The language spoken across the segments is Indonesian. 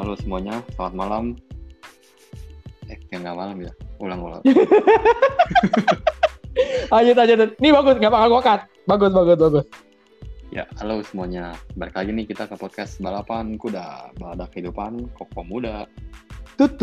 Halo semuanya, selamat malam. Nggak malam ya, ulang. Lanjut. Ini bagus, nggak bakal gua cut. Bagus. Ya, halo semuanya. Balik lagi nih kita ke podcast Balapan Kuda, Balada Kehidupan Koko Muda. Tut.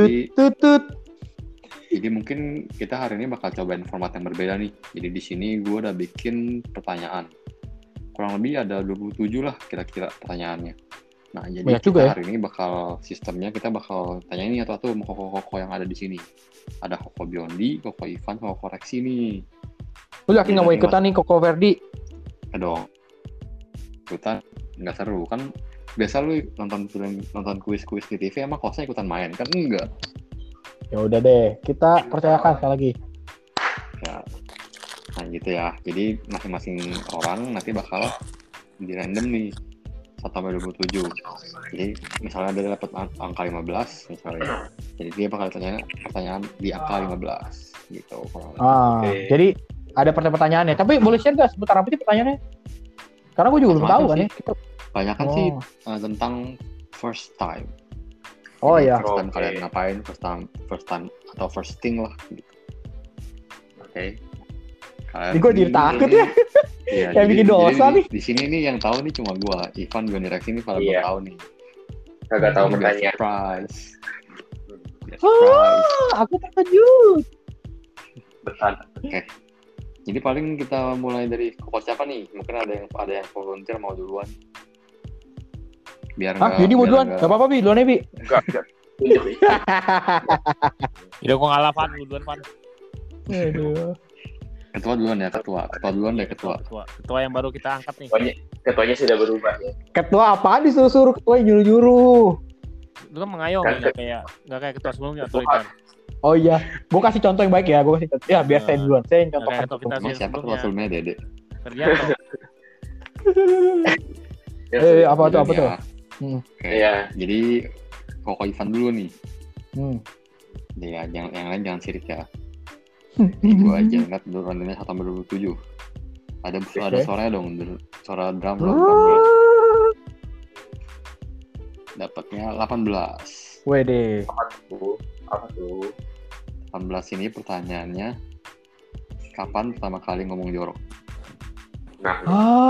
Jadi mungkin kita hari ini bakal cobain format yang berbeda nih. Jadi di sini gue udah bikin pertanyaan. Kurang lebih ada 27 lah kira-kira pertanyaannya. Nah, jadi banyak kita juga ya. hari ini sistemnya kita bakal tanya ini atau sama koko-koko yang ada di sini. Ada Koko Biondi, Koko Ivan, Koko Reksi nih. Lu yakin nggak mau ikutan nih Koko Verdi? Dong. Ikutan nggak seru kan? Biasa lu nonton kuis-kuis di TV emang kosnya ikutan main kan? Enggak. Ya udah deh, kita percayakan sekali lagi. Ya. Nah gitu ya. Jadi masing-masing orang nanti bakal di random nih 1-27. Jadi misalnya dia dapat angka 15 misalnya. Jadi dia bakal tanya pertanyaan di angka 15 gitu. Okay. Jadi ada pertanyaannya. Tapi boleh share nggak seputar apa sih pertanyaannya? Karena gue juga belum tahu kan ya. Banyak kan sih tentang first time. Oh iya. First time kalian ngapain? First time atau first thing lah gitu. Oke. Ini gue jadi takut ya. Iya, yang bikin dosa nih. Di sini nih yang tahu nih cuma gue, Ivan, Biondi, Reksi ini pada belum tahu nih. Kagak tahu pertanyaan. Surprise. Aku terkejut. Betul. Oke. Jadi paling kita mulai dari koko siapa nih? Mungkin ada yang volunteer mau duluan. Biar enggak. Jadi mau duluan? Enggak apa-apa, Bi. Duluan ya, Bi. Enggak. Udah gua ngalah Van, duluan Van. Aduh. Ketua duluan ya, ketua duluan deh, ketua yang baru kita angkat nih. Ketuanya sudah berubah ya. Ketua apaan disuruh-suruh, ketua nyuruh-nyuruh. Lu kan mengayomi, nggak kayak ketua sebelumnya otoriter. Oh iya, gue kasih contoh yang baik ya, ya biar saya duluan, saya yang contoh. Siapa ketua sebelumnya, Dede? Kerjaan. Apa tuh? Iya. Jadi Koko Ivan dulu nih. Ya, yang lain jangan sirik ya. Gue aja ingat dulu randanya 1-27. Ada suaranya dong, suara drum roll. Dapatnya 18. Wede. Apa tuh? 18 ini pertanyaannya, kapan pertama kali ngomong jorok? Nah.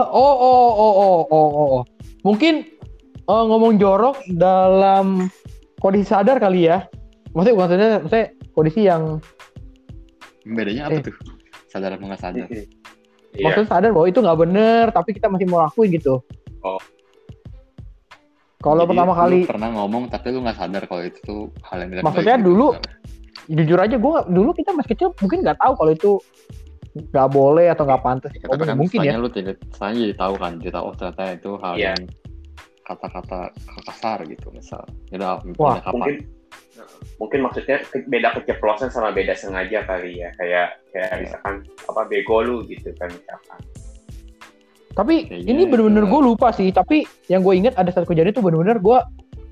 Mungkin ngomong jorok dalam kondisi sadar kali ya. Maksudnya kondisi yang bedanya apa tuh? Sadar apa nggak sadar? Maksudnya sadar bahwa itu nggak bener, tapi kita masih mau lakuin gitu. Oh. Kalau pertama kali pernah ngomong tapi lu nggak sadar kalau itu tuh hal yang tidak maksudnya baik, dulu gitu. Jujur aja dulu kita masih kecil mungkin nggak tahu kalau itu nggak boleh atau nggak pantas. Kan mungkin ya. Lu jadi tahu kan, oh ternyata itu hal yang kata-kata kasar gitu misal. Wah, mungkin maksudnya beda keceplosan sama beda sengaja kali ya, kayak misalkan bego lu gitu kan misalkan. Tapi ini benar-benar gue lupa sih. Tapi yang gue ingat ada satu kejadian itu benar-benar gue.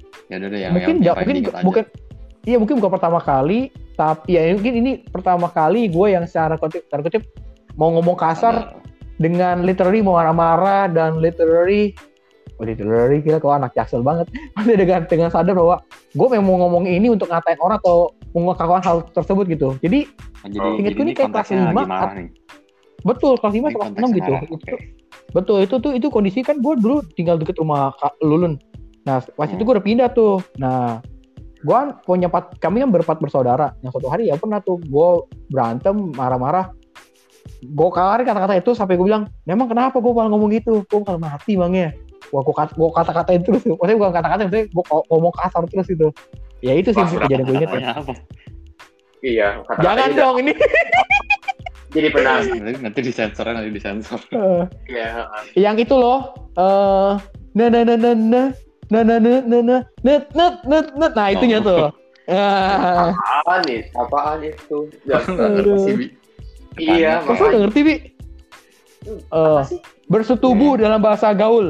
Mungkin bukan pertama kali, tapi ya mungkin ini pertama kali gue yang secara kutip mau ngomong kasar dengan literally mau marah-marah dan literally kira kok anak jaksel banget. dengan sadar bahwa gue memang mau ngomong ini untuk ngatain orang atau mengungkapkan hal tersebut gitu. Jadi ingat gue ini kayak kelas 5. Betul, kelas 5 kelas 6 gitu. Betul, itu kondisi kan gue dulu tinggal deket rumah Lulun. Nah, pas itu gue udah pindah tuh. Nah, gue kami kan bersaudara. Yang suatu hari ya pernah tuh gue berantem, marah-marah. Gue kelarin kata-kata itu sampai gue bilang, memang kenapa gue malah ngomong gitu? Gue bakal mati bangnya. Wah, gue kata-katain terus. Maksudnya bukan kata-katain, maksudnya gue ngomong kasar terus gitu. Ya itu sih kejadian gue inget ya. Iya. Jangan dong ini. Jadi benar. Nanti disensor. Yang itu loh. Nah itunya tuh. Apaan itu? Iya. Masa nggak ngerti Bi? Bersetubuh dalam bahasa gaul.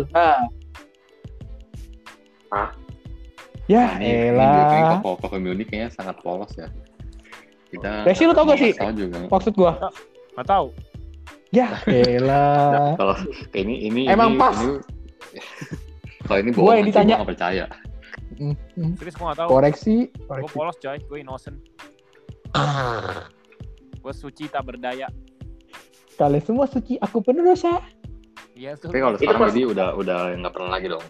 Ya elah. Koko Biondi kayaknya sangat polos ya. Reksi lu tau gak sih maksud gua? Nggak tahu. Ya elah. Kalau ini emang pas. Kalau ini bohong, gue yang ditanya. gue gak percaya. Serius gue nggak tahu. Koreksi. Gue polos coy, gue innocent. Gue suci tak berdaya. Kalian semua suci, aku penuh dosa. Iya tuh. Tapi kalau sekarang jadi udah nggak pernah lagi dong.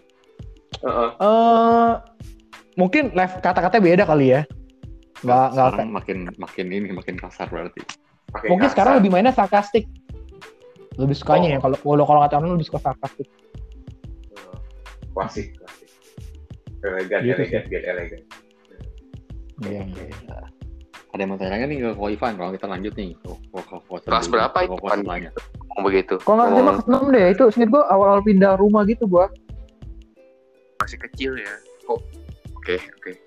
Mungkin live kata-katanya beda kali ya. Nggak Sekarang makin kasar berarti. mungkin sekarang lebih mainnya sarkastik. Lebih sukanya ya kalau kata orang lebih suka sarkastik. Klasik. Elegan. Iya. Ada yang mau tanya nih ke Ko Ivan kalau kita lanjut nih. Kelas berapa itu? Setelahnya. Begitu. Kalau nggak salah kelas 6 deh, itu seinget gue awal pindah rumah gitu gue. Masih kecil ya. Oh. Oke.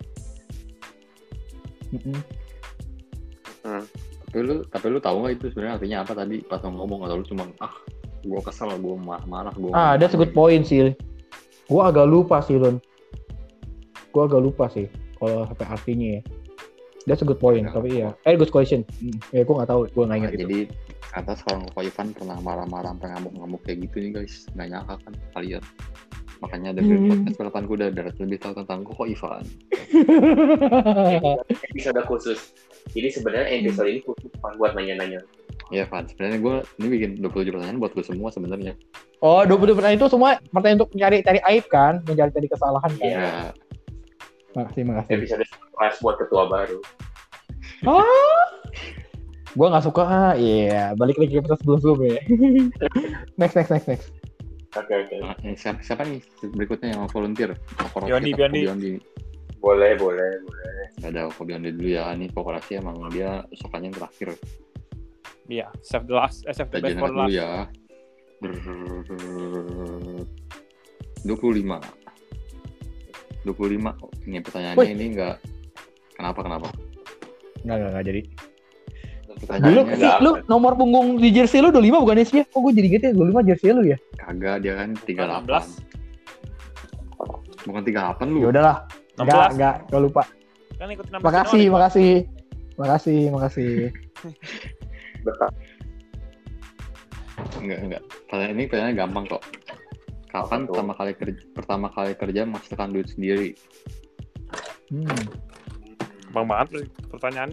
Tapi lu tahu nggak itu sebenarnya artinya apa tadi pas ngomong atau lu cuma gue kesel, gue marah, gue. That's a good point sih. Gue agak lupa sih Lon. Kalau sampai artinya ya. That's a good point, tapi iya. Good question. Ya gue nggak tahu, gue nggak ingat itu. Jadi kata seorang Ko Ivan pernah marah-marah sampai ngamuk-ngamuk kayak gitu nih guys, nggak nyangka kan kalian. Makanya dari podcast pertama gue udah lebih tahu tentang Ko Ivan. Episode khusus. Jadi sebenarnya episode ini khusus buat nanya-nanya. Iya Van, sebenarnya gue ini bikin 27 pertanyaan buat lu semua sebenarnya. Oh, 20 pertanyaan itu semua pertanyaan untuk cari aib kan, mencari kesalahan kan. Iya. Makasih. Episode kelas buat ketua baru. Gue nggak suka. Balik lagi ke episode sebelumnya. Next. Oke. Nah, siapa nih berikutnya yang mau volunteer? Biondi. Boleh. Gak ada Ko Biondi dulu ya, nih Kokorasi emang dia sukanya yang terakhir. Iya, save the best for dulu last. ya. 25. Ini pertanyaannya. Wih. Ini enggak. Kenapa? Nggak jadi. Dulu lu nomor punggung di jersey lu 25 bukan sih ya? Kok gue jadi gitu ya? 25 jersey lu ya? Kagak, dia kan 38. Bukan 38 lu. Ya udahlah. Enggak lupa. Kan ikut 16. Makasih. Betul. Enggak. Pertanyaannya gampang kok. Kapan pertama kali kerja menghasilkan duit sendiri? Bang banget pertanyaannya.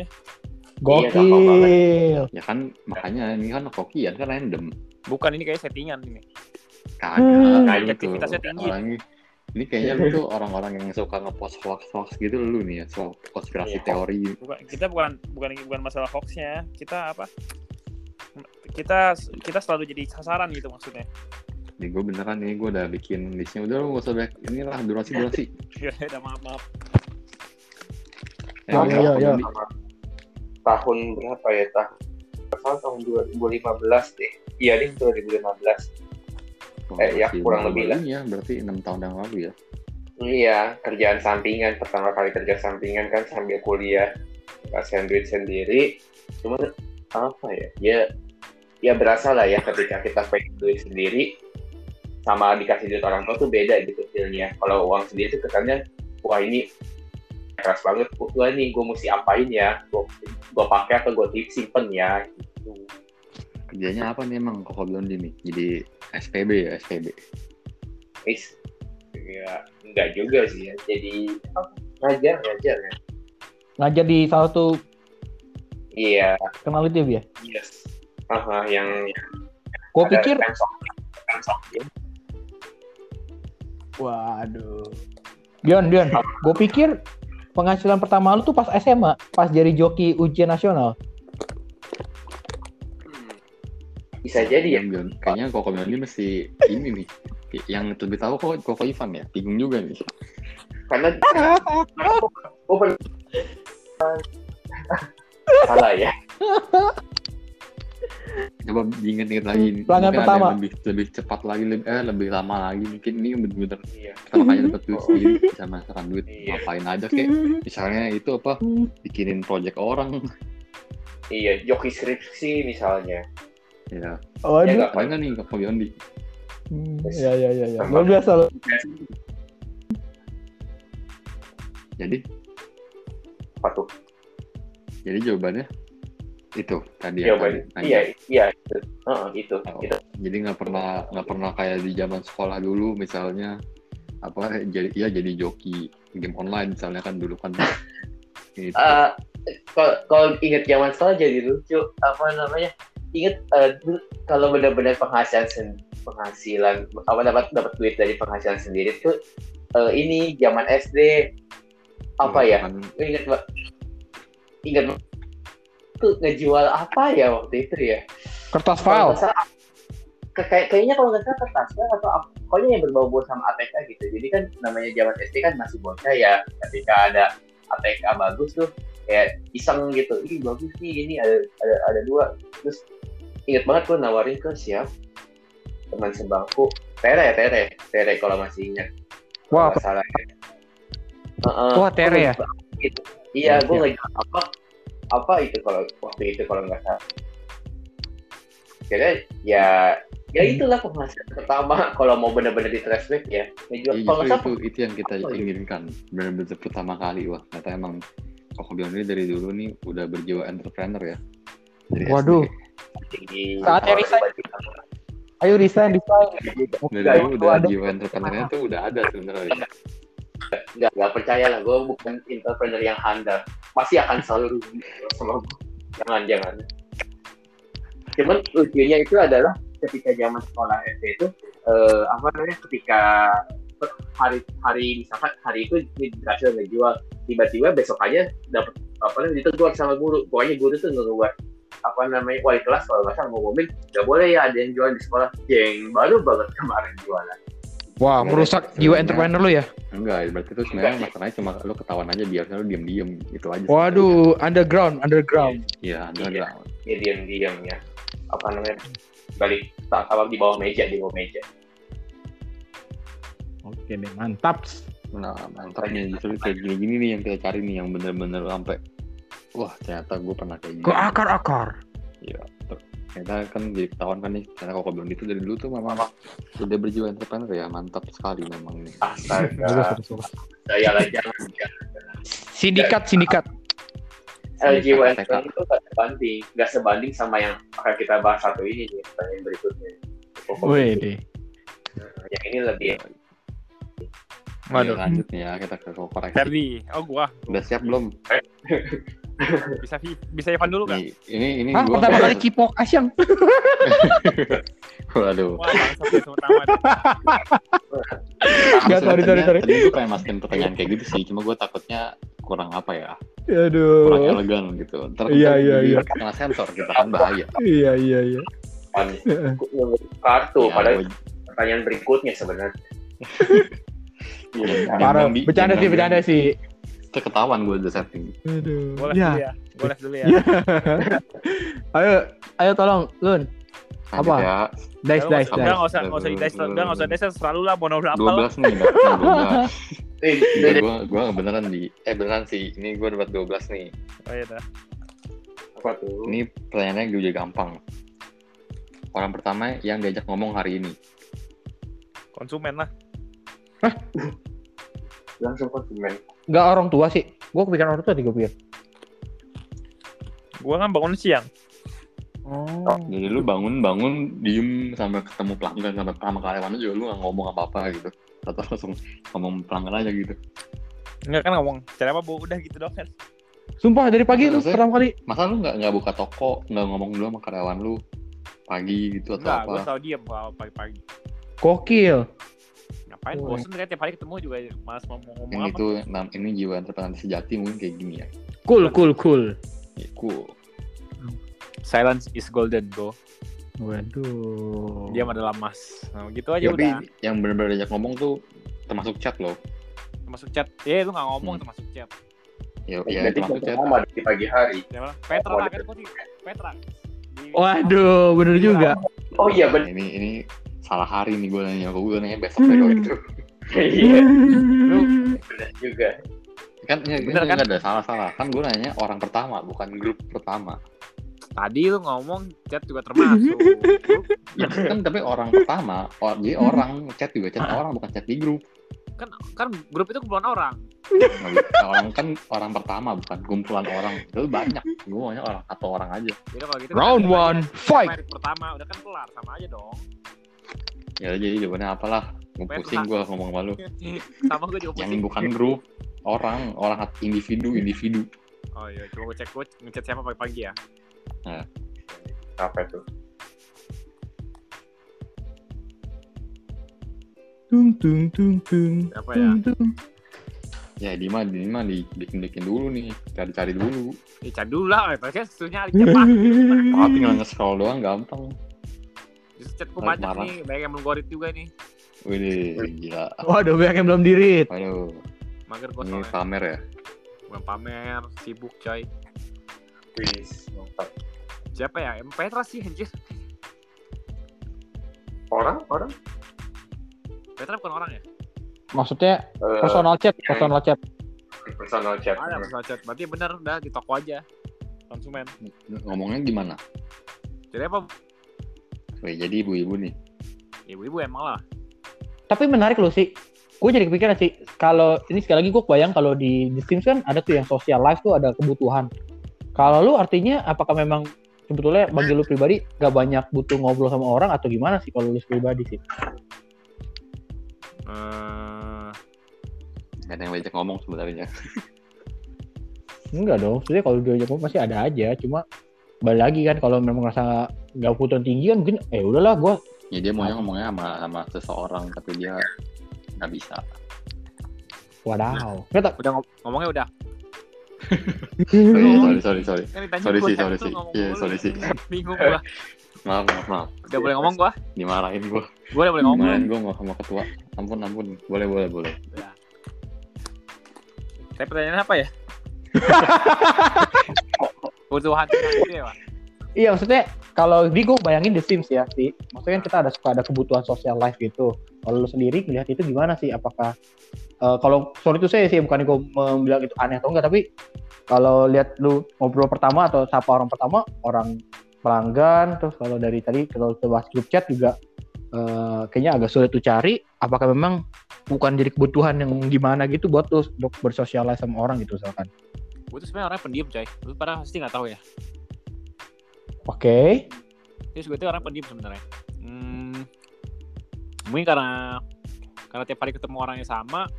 Gokil. Ya kan makanya ini kan kokian kan random. Bukan, ini kayak settingan ini. Kagak. Aktivitasnya tinggi. Ini kayaknya lu tuh orang-orang yang suka ngepost hoax gitu lu nih ya, soal konspirasi teori. Kita bukan masalah hoaxnya. Kita apa? Kita selalu jadi sasaran gitu maksudnya. Nih gue beneran nih, gue udah bikin listnya. Udah lu gak usah banyak inilah durasi. Ya udah maaf. Ya. Tahun berapa ya? Tahun 2015 deh. Iya deh, 2015. Ya kurang lebih lah. Ya, berarti 6 tahun yang lalu ya. Iya, kerjaan sampingan. Pertama kali kerja sampingan kan sambil kuliah. Kasih duit sendiri. Cuman apa ya? Ya berasa lah ya ketika kita pengen duit sendiri sama dikasih duit orang tua tuh beda gitu feelnya. Kalau uang sendiri tuh kesannya, wah ini keras banget. Wah nih gue mesti apain ya? Gue pakai atau gue simpen ya? Gitu. Kerjanya apa nih emang Ko Biondi nih? Jadi SPB ya? Ya enggak juga sih ya. Jadi ngajar ya. Ngajar di salah satu. Iya. Kenal itu ya? Yes. Yang gue pikir. Waduh. Dion. Gue pikir penghasilan pertama lu tuh pas SMA, pas jadi joki ujian nasional. Bisa jadi ya. Kayaknya Ko Biondi mesti ini nih. Yang lebih tahu Ko Ivan ya. Bingung juga nih. Karena salah ya. Coba diinget lagi nih. Pelanggan pertama. Lebih cepat lagi, lebih lama lagi. Mungkin ini bener-bener pertama kali dapat duit sendiri, bisa masakan duit ngapain aja kayak misalnya itu apa bikinin project orang. Iya, joki skripsi misalnya. Iya. Oh, ya, apa enggak nih Ko Biondi? Ya. Luar biasa loh. Jadi apa tuh? Jadi jawabannya itu tadi Iya itu. Jadi nggak pernah kayak di zaman sekolah dulu misalnya jadi joki game online misalnya kan dulu kan. Gitu. Kalau inget zaman sekolah jadi lucu apa namanya? Ingat kalau benar-benar penghasilan apa dapat duit dari penghasilan sendiri tuh ini zaman SD apa ya? Ingat tuh ngejual apa ya waktu itu ya? Kertas file. Kayaknya kalau nggak salah kertas file atau pokoknya yang berbau-bau sama ATK gitu. Jadi kan namanya zaman SD kan masih bocah ya. Ketika ada ATK bagus tuh kayak iseng gitu. Ini bagus nih, ini ada 2. Terus ingat banget gue nawarin ke teman sebangku. Tere kalau masih ingat. Wah, salah. Wah, Tere ya. Gitu. Iya, gue lagi apa itu kalau waktu itu kalau nggak salah. Jadi ya itulah penghasilan pertama kalau mau benar-benar di translate ya. Itu yang kita inginkan benar-benar pertama kali. Wah, ternyata emang Kokobion ini dari dulu nih udah berjiwa entrepreneur ya. Dari waduh. Saatnya resign. Ayo resign. Dari dulu udah jiwa entrepreneurnya tuh udah ada sebenarnya. Nggak percaya lah, gue bukan entrepreneur yang handal. Pasti akan selalu rugi sama gue. Jangan. Cuman lucunya itu adalah ketika zaman sekolah SD itu ketika hari misalkan hari itu berhasil ngejual, tiba-tiba besok aja dapat ditegur sama guru. Pokoknya guru tuh ngeluar wali kelas kalau nggak salah ngomongin nggak boleh ya ada yang jual di sekolah. Yang baru banget kemarin jualan. Wah, merusak jiwa entrepreneur lu ya? Enggak, berarti itu sebenarnya masalahnya cuma lu ketahuan aja biar lu diem-diem gitu aja. Waduh, underground. Iya, underground. Iya, diem-diem ya. Balik di bawah meja. Oke deh, mantap. Nah, mantapnya justru kayak gini nih yang kita cari nih, yang bener-bener sampai wah ternyata gue pernah kayak gini. Ke akar. Iya, ternyata kan jadi ketahuan kan nih, karena Kokobion itu dari dulu tuh memang udah berjiwa entrepreneur ya, mantap sekali memang nih. Astaga. Saya lah jangan. Sindikat. Jiwa entrepreneur itu nggak sebanding sama yang akan kita bahas satu ini nih, pertanyaan berikutnya. Wih. Yang ini lebih. Waduh. Lanjut nih ya, kita ke koreksi. Ferdi, gua. Udah siap belum? Bisa Evan dulu kan? Ini gua pertama kali Cipok Asyang. Waduh. Wah, sampai pertama. Enggak, sorry. Tadi gue pengen masukin pertanyaan kayak gitu sih, cuma gue takutnya kurang apa ya? Aduh. Kurang elegan gitu. Ntar iya. Kena sensor kita kan bahaya. Iya. Kartu pada pertanyaan berikutnya sebenarnya. Parah, bercanda sih. Ketahuan gue udah setting. Aduh. Boleh dulu ya. Ayo tolong, Lun. Apa? Ya. Dice. Udah nggak usah dice, selalu lah mau berapa 12 nih, 12. Gue beneran beneran sih. Ini gue dapat 12 nih. Oh iya dah. Apa tuh? Ini pertanyaannya juga gampang. Orang pertama yang diajak ngomong hari ini. Konsumen lah. Hah? Langsung konsumen. Enggak orang tua sih. Gue kepikiran orang tua 3 pikir. Gue kan bangun siang. Oh. Jadi lu bangun diem sampai ketemu pelanggan, sampai sama karyawan juga lu nggak ngomong apa gitu, atau langsung ngomong pelanggan aja gitu. Enggak kan ngomong cara apa bu, udah gitu dong kan. Sumpah dari pagi lu pertama kali. Masa lu nggak buka toko, nggak ngomong dulu sama karyawan lu pagi gitu atau enggak, apa? Gue selalu diem kalau pagi-pagi. Kokil. Ngapain? Bosen kan tiap hari ketemu juga malas mau ngomong apa. Ini jiwa entrepreneur sejati mungkin kayak gini ya. Cool. Ya, cool. Silence is golden, bro. Waduh. Diam adalah emas. Nah, gitu aja udah. Tapi yang benar-benar diajak ngomong tuh termasuk chat loh. Termasuk chat. Lu nggak ngomong termasuk chat. Ya termasuk chat. Di pagi hari. Petra lah kan sih. Petra. Waduh, bener juga. Oh iya bener. Ini salah hari nih gue nanya besok deh kalau gitu. Iya. Lu bener juga. Kan nggak ada salah. Kan gue nanya orang pertama, bukan grup pertama. Tadi lu ngomong chat juga termasuk. Ya kan tapi orang pertama, jadi orang chat juga chat orang, bukan chat di grup. Kan grup itu kumpulan orang. Orang kan orang pertama, bukan kumpulan orang. Itu banyak. Gue maunya orang atau orang aja. Jadi kalau gitu round 1 fight. Pertama udah kan kelar sama aja dong. Ya jadi jawabannya apalah. Pusing gue ngomong sama lu. Sama gue juga Yang pusing. bukan grup, orang individu. Oh iya, coba gue cek gue ngechat siapa pagi-pagi ya. Apa itu? Tung. Siapa ya? Ya di mana dibikin dulu nih, cari dulu. Cari dulu lah, kan susunya cepat. Oh, tinggal nge-scroll doang gampang. Justru chat gue banyak Marah. nih, banyak yang belum gue read juga nih. Wih, gila. Waduh, banyak yang belum di-read. Aduh, Mager gue ini soalnya. pamer ya. Belum pamer, sibuk coy. Wis, mantap. Siapa ya? Petra sih anjir. Orang? Petra bukan orang ya? Maksudnya Eh, personal chat. personal chat. Ada personal chat. Berarti bener udah di toko aja. Konsumen. Ngomongnya gimana? Jadi apa? Wih, jadi ibu-ibu nih. Ibu-ibu emang lah. Tapi menarik loh sih. Gue jadi kepikiran sih. Kalau ini sekali lagi gue bayang kalau di Sims kan ada tuh yang social life tuh ada kebutuhan. Kalau lu artinya apakah memang sebetulnya bagi lu pribadi gak banyak butuh ngobrol sama orang atau gimana sih kalau lu pribadi sih? Gak ada yang diajak ngomong sebenarnya. Enggak dong. Sebenarnya kalau diajak ngomong pasti ada aja. Cuma balik lagi kan kalau memang ngerasa gak kebutuhan tinggi kan mungkin udahlah gue. Ya dia maunya ngomongnya sama seseorang tapi dia nggak bisa. Wadaw. Nggak tak. Udah ngomongnya udah. Sorry. Kan ditanya Sorry gua, sih, siapa sorry tuh sih. ngomong Iya, mulu. sorry sih. Bingung gua. Maaf. Udah boleh ngomong gua? Dimarahin gue. Gua udah boleh ngomong. Dimarahin gue sama ketua. Ampun. Boleh. Ya. Saya pertanyaan apa ya? Kebutuhan gitu ya, Pak? Iya maksudnya kalau di gue bayangin The Sims ya sih. Maksudnya kan kita suka ada kebutuhan social life gitu. Kalau lu sendiri melihat itu gimana sih? Apakah kalau sorry itu saya sih bukan gue bilang itu aneh atau enggak, tapi kalau lihat lu ngobrol pertama atau sapa orang pertama orang pelanggan, terus kalau dari tadi kalau bahas grup chat juga kayaknya agak sulit tuh cari. Apakah memang bukan jadi kebutuhan yang gimana gitu buat lu untuk bersosialis sama orang gitu misalkan? Gue tuh sebenarnya orang pendiam, coy. Lu pada pasti nggak tahu ya. Oke. Terus gue tuh orang pendiam sebenarnya. Mungkin karena tiap hari ketemu orang yang sama.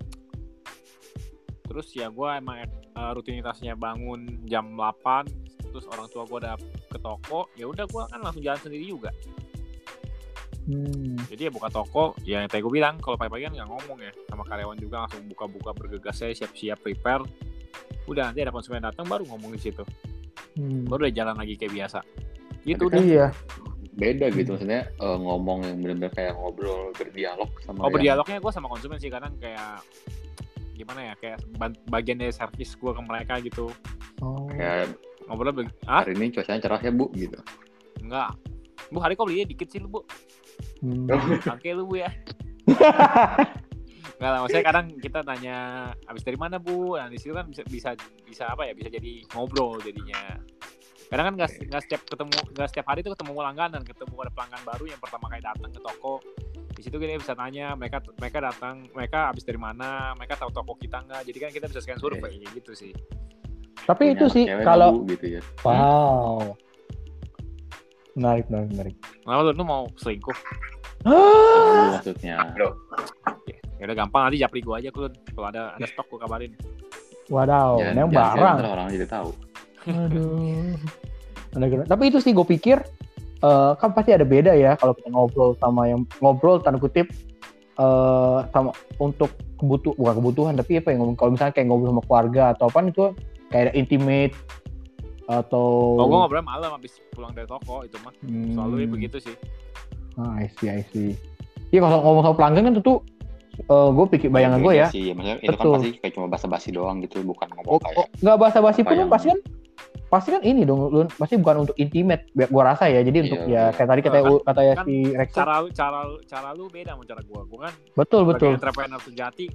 Terus ya gue emang rutinitasnya bangun jam 8, terus orang tua gue udah ke toko, ya udah gue kan langsung jalan sendiri juga. Jadi ya buka toko, ya yang tadi gue bilang kalau pagi-pagi kan nggak ngomong ya sama karyawan juga, langsung buka-buka bergegas saya siap-siap prepare. Udah nanti ada konsumen datang baru ngomong di situ. Baru udah jalan lagi kayak biasa. Gitu udah. Iya. Beda gitu maksudnya ngomong yang benar-benar kayak ngobrol berdialog sama. Berdialognya gue sama konsumen sih kadang kayak gimana ya, kayak bagian dari servis gue ke mereka gitu. Kayak Ngobrol hari ini cuacanya cerah ya Bu gitu. Enggak. Bu, hari kok belinya dikit sih lu, Bu? Oke lu, Bu ya. Enggak lah, maksudnya kadang kita nanya habis dari mana, Bu? Nah, di situ kan bisa apa ya? Bisa jadi ngobrol jadinya. Kadang kan nggak setiap hari tuh ketemu langganan, ketemu ada pelanggan baru yang pertama kali datang ke toko. Di situ kita bisa tanya mereka datang, mereka habis dari mana, mereka tahu toko kita nggak. Jadi kan kita bisa scan survei gitu sih. Tapi itu sih kalau gitu ya. Wow. Menarik. Kenapa lu mau selingkuh? Maksudnya. Ya udah gampang, nanti japri gua aja Klun. Kalau ada stok gua kabarin. Wadaw, yang barang. Orang jadi tahu. Aduh. Tapi itu sih gue pikir kan pasti ada beda ya kalau kita ngobrol sama yang ngobrol tanda kutip sama untuk bukan kebutuhan tapi apa yang ngomong kalau misalnya kayak ngobrol sama keluarga atau apa itu kayak intimate atau gue ngobrol malam habis pulang dari toko itu mah selalu begitu sih. I see. Iya kalau ngomong sama pelanggan kan tentu gue pikir bayangan gue ya. Sih, maksudnya itu kan pasti kayak cuma basa-basi doang gitu, bukan ngomong kayak. Nggak basa-basi pun pasti kan ini dong, pasti bukan untuk intimate, gue rasa ya. Jadi untuk ya kayak tadi kata ya si Rex. Cara lu beda sama cara gue kan. Betul. Entrepreneur sejati.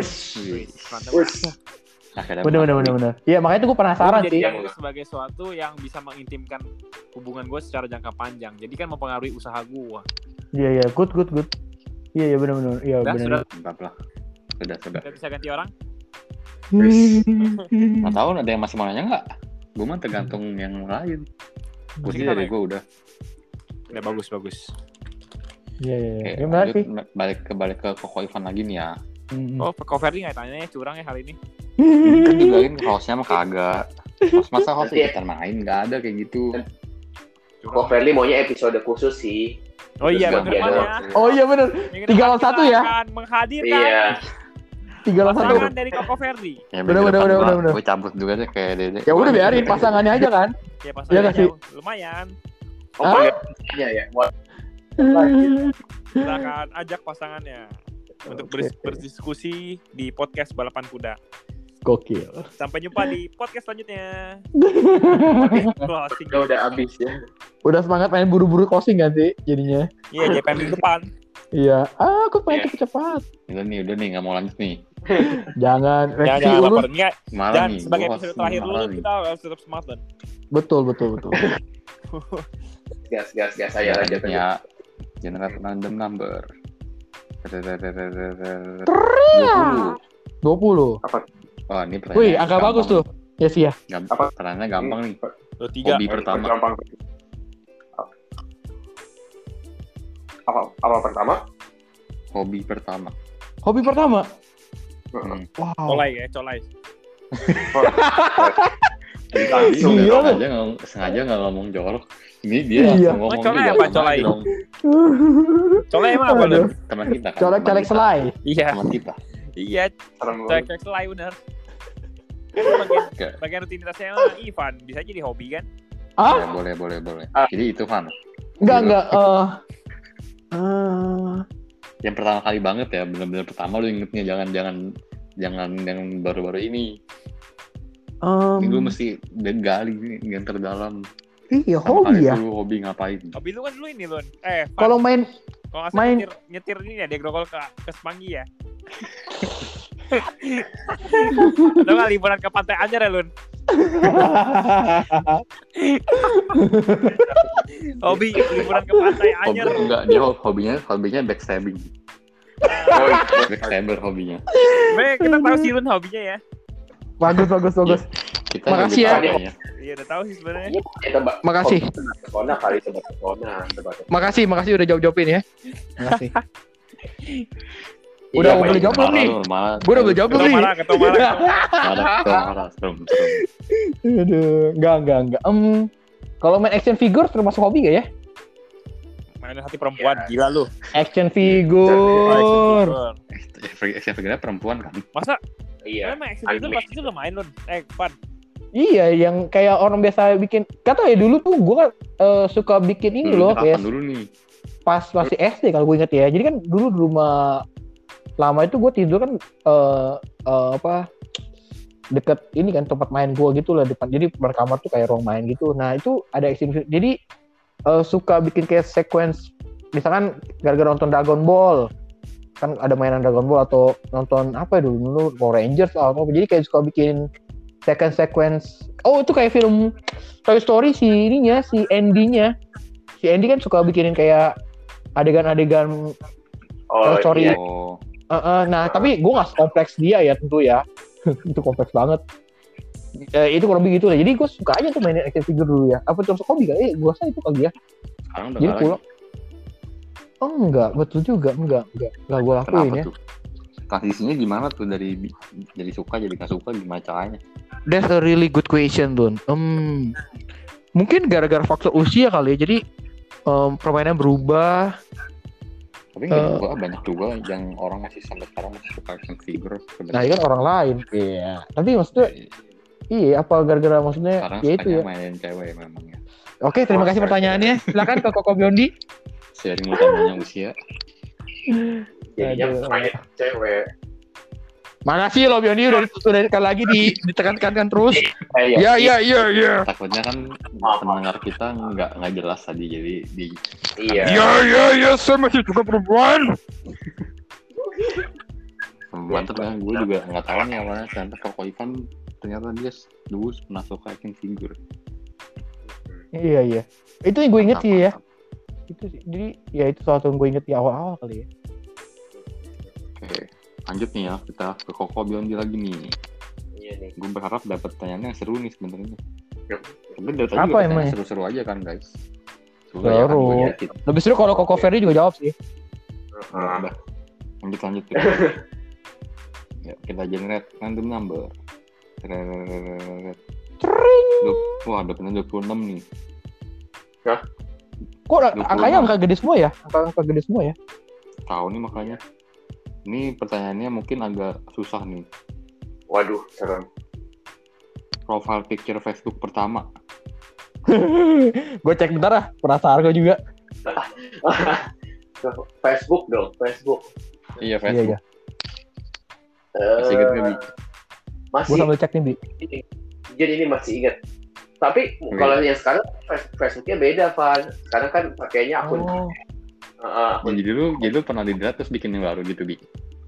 Bener. Iya makanya itu gue penasaran sih. Jadi itu sebagai sesuatu yang bisa mengintimkan hubungan gue secara jangka panjang. Jadi kan mempengaruhi usaha gue. Iya, good. Iya benar. Iya benar. Sudah. Bisa ganti orang? Nggak tahu ada yang masih mau nanya nggak? Gue mah tergantung yang lain. Gue sih dari gue udah. Udah bagus. Iya. Oke, Gimana sih? balik ke Koko Ivan lagi nih ya. Oh, Koko Ferdi nggak tanya curang ya hari ini. Kan dibilangin hostnya mah kagak. Masa host ikutan main, nggak ada kayak gitu. Kok Ferli maunya episode khusus sih. Oh iya, Terus bener ganti ya. ada- Oh iya bener. Minggu 3 depan lawan 1 kita ya? akan menghadirkan Iya. 3 lawan 1. pasangan dari Koko Ferdi. Ya, Bener. Gue cabut juga deh kayak Dede. Ya udah biarin pasangannya aja kan. Ya Iya pasangannya nggak sih? lumayan. Oh, Hah? panggilnya ya. Wah, Kita akan ajak pasangannya untuk berdiskusi di podcast Balapan Kuda. Gokil. Sampai jumpa di podcast selanjutnya. Closing. udah habis ya. Udah semangat main buru-buru closing kan sih jadinya. Iya, JPM minggu depan. Iya. Aku pengen Iya. cepet-cepet. Udah nih nggak mau lanjut nih. Jangan revisi Jangan ulun. lapar. Enggak, Malah dan nih. sebagai gua episode harus terakhir malah dulu nih. kita harus tetap semangat dan Betul. Gas saya lanjut aja. Ya, generate random number. 20. Wah, ini pertanyaan. Wih, angka bagus tuh. Ya sih ya. Apa? Pertanyaannya gampang nih. 23. Hobi pertama. Gampang. Apa pertama? Hobi pertama. Hobi pertama. Hmm. Wow. Colai. Langsung Iya, ya. loh. Sengaja nggak ngomong jorok. Ini dia Iya. langsung ngomong. Colai juga, apa, sama colai? aja dong. Colai emang apa lu? Aduh. Teman kita kan. Colek teman kita. selai. Iya. Teman kita. Iya, Serem banget. colek selai bener. Bagian, Oke. bagian rutinitasnya emang Ivan bisa jadi hobi kan? Ya, Ah? boleh. Ah. Jadi itu kan. Enggak. Yang pertama kali banget ya, benar-benar pertama lu ingetnya jangan yang baru-baru ini. Ini lu mesti gali yang terdalam. Iya, Pertama hobi kali ya. Lu hobi ngapain? Hobi lu kan dulu ini Lun. Kalau main kalau nggak salah main- nyetir ini ya, dia grogol ke Semanggi ya. Atau nggak liburan ke Pantai Anyer ya Lun? Hobi liburan ke Pantai Anyer. Enggak, dia hobinya backstabbing. Oh, iya. Backstabber hobinya. Sebenarnya kita tahu sih Lun hobinya ya. Bagus. Kita Makasih lebih ya. tahu kayaknya. Iya udah tahu sih sebenarnya. Kita Makasih. Pesona kali sobat pesona. Makasih udah jawab-jawabin ya. Makasih. Iya, Udah mau boleh jawab belum nih? Malah. Gue udah boleh jawab belum nih? Ketua marah. Marah. Serem. Aduh, enggak. Kalau main action figure termasuk hobi gak ya? Mainan hati perempuan, gila lu. Action Oh, figure. Action figure-nya perempuan kan. Masa? Iya. Emang action figure pasti tuh udah main Lun. Pan. Iya, yang kayak orang biasa bikin. Kata ya dulu tuh gue kan suka bikin ini loh, Kapan kayak dulu nih? pas masih SD kalau gue inget ya. Jadi kan dulu di rumah lama itu gue tidur kan deket ini kan tempat main gue gitu lah depan. Jadi berkamar tuh kayak ruang main gitu. Nah itu ada action figure. Jadi suka bikin kayak sequence. Misalkan gara-gara nonton Dragon Ball kan ada mainan Dragon Ball atau nonton apa ya dulu Power Rangers atau apa. Jadi kayak suka bikin sequence. Oh itu kayak film Toy Story si Andy-nya. Si Andy kan suka bikinin kayak adegan-adegan Oh, sorry. iya. Oh, nah tapi gue nggak kompleks dia ya tentu ya. Itu kompleks banget. Itu kurang lebih gitu lah. Jadi gue suka aja tuh mainin action figure dulu ya. Apa terus hobi kali? Gue rasa itu kali ya. sekarang udah Jadi nggak pulang. Oh enggak, betul juga. Enggak gue lagi. lakuin Kenapa ya. tuh? Transisinya gimana tuh dari suka jadi nggak suka gimana caranya? That's a really good question, Dun. Mungkin gara-gara faktor usia kali ya. Jadi permainan berubah. Tapi nggak juga banyak juga yang orang masih sampai sekarang masih suka action figure. Nah, itu kan orang lain. Iya. Tapi maksudnya iya apa gara-gara maksudnya Sekarang ya itu ya. mainin cewek memang ya. Oke, terima kasih pertanyaannya. Silakan ke Koko Biondi. Sharing utamanya usia. Jadinya Aduh. main cewek. Makasih loh Biondi udah sekali lagi ditekankan terus. Iya. Ya. Takutnya kan pendengar kita nggak jelas tadi jadi di Iya. Ya, saya masih suka perempuan. mantep kan gue juga nggak tahu nih awalnya ternyata Koko Ivan ternyata dia dulu pernah suka action figure. Iya. Itu yang gue inget sih ya. Mantap. Itu sih. Jadi ya itu salah satu yang gue inget di awal-awal kali ya. Oke, lanjut nih ya kita ke Koko Biondi lagi nih. Iya nih. Gue berharap dapat pertanyaan yang seru nih sebenarnya. Yuk. Tapi dari tadi Apa juga emangnya? seru-seru aja kan guys. ya kan gue Seru. yakin. Lebih seru kalau Koko Ferry juga jawab sih. Udah. Lanjut. Ya, kita generate random number. Wah, udah pernah 26 nih. Kok 26. angkanya angka gede semua ya? Angka gede semua ya? Tahu nih makanya. Ini pertanyaannya mungkin agak susah nih. Waduh, serem. Profile picture Facebook pertama. Gue cek bentar lah, penasaran gue juga. Facebook dong, Facebook. Iya, Iya, Facebook. iya. Masih inget gak, Bi? Gue Masih. sambil cek nih, Bi. Jadi ini masih ingat. Tapi kalau yang sekarang Facebooknya beda, Van. Sekarang kan pakainya akun. Oh. Akun. Jadi lu pernah di-delete terus bikin yang baru gitu, Bi?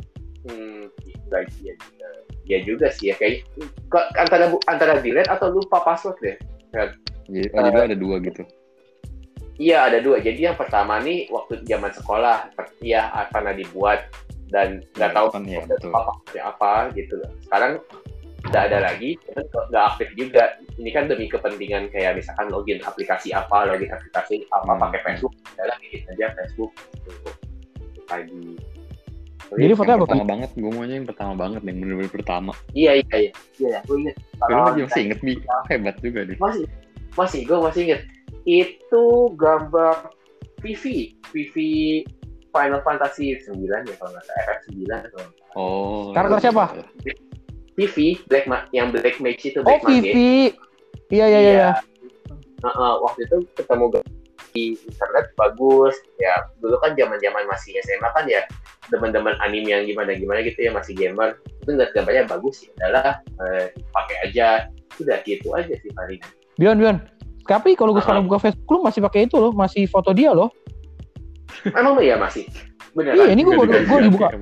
Iya juga sih ya, kayak antara delete atau lupa password deh. Jadi lu ada 2 gitu. Iya, ada 2. Jadi yang pertama nih waktu zaman sekolah, ya pernah dibuat dan nggak tahu kan, ya, betul. apa gitu loh. Sekarang nggak ada lagi, nggak aktif juga. Ini kan demi kepentingan kayak misalkan login aplikasi apa pakai Facebook, adalah bikin aja Facebook gitu. Lagi. Jadi fotonya apa? Pertama banget, gue maunya yang pertama banget, yang bener-bener pertama. Iya, gue inget. Lu masih inget, Bi? Hebat juga nih. Gue masih inget. Itu gambar Vivi Final Fantasy 9 ya kalau nggak salah, FF9 atau. Oh. Karakter siapa? Vivi, yang Black Mage itu. Oh, Vivi. Iya. Waktu itu ketemu di internet bagus. Ya, dulu kan zaman-zaman masih SMA kan ya, teman-teman anime yang gimana gitu ya, masih gamer. Itu ngeliat gambarnya bagus ya, adalah pakai aja. Udah gitu aja sih paling. Bion. Tapi kalau gue sekarang buka Facebook, lu masih pakai itu loh, masih foto dia loh. Emang lo ya masih? Beneran? Iya, ini gue dibuka.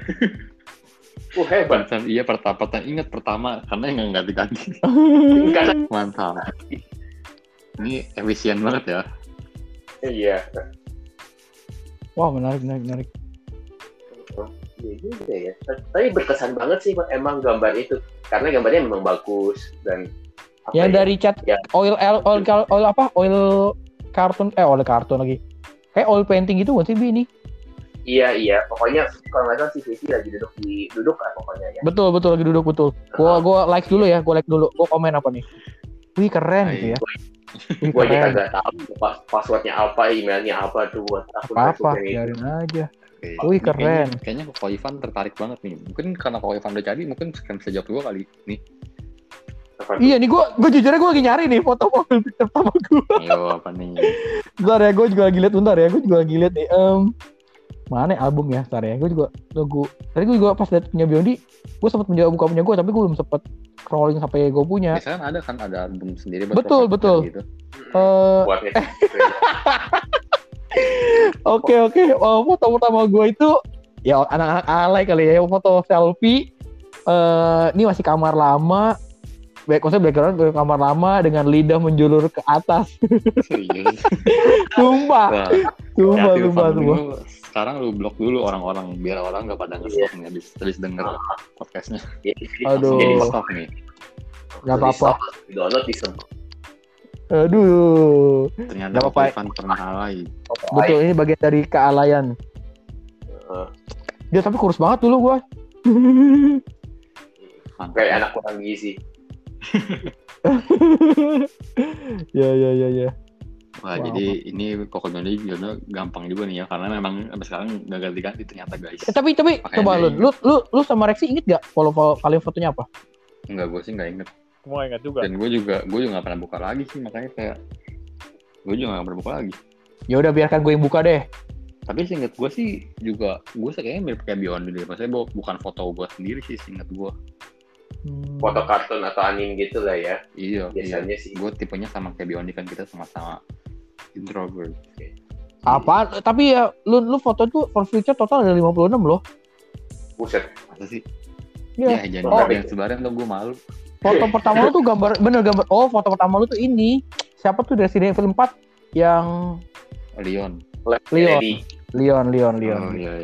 Hebat. Iya, pertama ingat pertama karena yang nggak ganti. Mantap. Ini efisien banget ya. Iya. Wah, menarik. Iya juga ya. Tapi berkesan banget sih emang gambar itu, karena gambarnya memang bagus dan. Yang dari cat ya. oil kartun lagi. Kayak oil painting gitu nggak sih, Bi, ini? Iya. Pokoknya kalau nggak salah si Vivi lagi duduk lah pokoknya ya. Betul lagi duduk betul. Gua like dulu ya, gua komen apa nih? Wih, keren gitu ya. Gue aja nggak tahu passwordnya apa, emailnya apa tuh buat akun apa, Facebook biarin aja. Oke. Wih, keren. Kayaknya Ko Ivan tertarik banget nih. Mungkin karena Ko Ivan udah jadi, mungkin bisa jawab gue kali nih. Iya nih, gue jujurnya gue lagi nyari nih foto profil picture pertama gue. Ayo, apa nih? Bentar ya, gue juga lagi lihat nih. Mana album ya, bentar ya. Gue juga tadi gue juga pas lihat punya Biondi, gue sempat buka punya gue, tapi gue belum sempat scrolling sampai gue punya. Biasanya ada album sendiri. Betul. Gitu. Oke. Foto pertama gue itu ya anak-anak alay kali ya, foto selfie. Ini masih kamar lama. Maksudnya background kamar lama dengan lidah menjulur ke atas. Serius. Sumpah. Sekarang lu blok dulu orang-orang biar orang nggak pada nge-stop nih habis denger podcastnya. Aduh. Jadi stop nih. Gak apa-apa. Download disebut. Aduh. Ternyata Gak apa-apa. Ivan pernah alay. Betul, ini bagian dari kealayan. Dia tapi kurus banget dulu gua. Kayak anak kurang gizi. Ya. Wah, jadi ini Kokodoni juga gampang juga nih ya, karena memang sampai sekarang gak ganti-ganti ternyata guys. Tapi coba lu sama Rexy inget gak kalau kalian fotonya apa? Enggak, gue sih gak inget. Semua ingat juga. Dan gue juga gak pernah buka lagi sih, makanya kayak gue juga gak pernah buka lagi. Ya udah biarkan gue yang buka deh. Tapi seinget gue sih juga, gue kayaknya mirip kayak Beyond dulu. Maksudnya bukan foto gue sendiri sih, seinget gue. Foto kartun atau anime gitu lah ya. Iya. Biasanya sih. Gue tipenya sama kayak Beyond, kan kita sama-sama introvert. Apa? Tapi ya lu foto tuh for future total ada 56 loh. Buset. Masa sih? Iya. Ya jangan sebaran tuh, gue malu. Foto pertama lu tuh gambar. Oh, foto pertama lu tuh ini. Siapa tuh dari Resident Evil 4 yang Leon. Leon. Oh iya.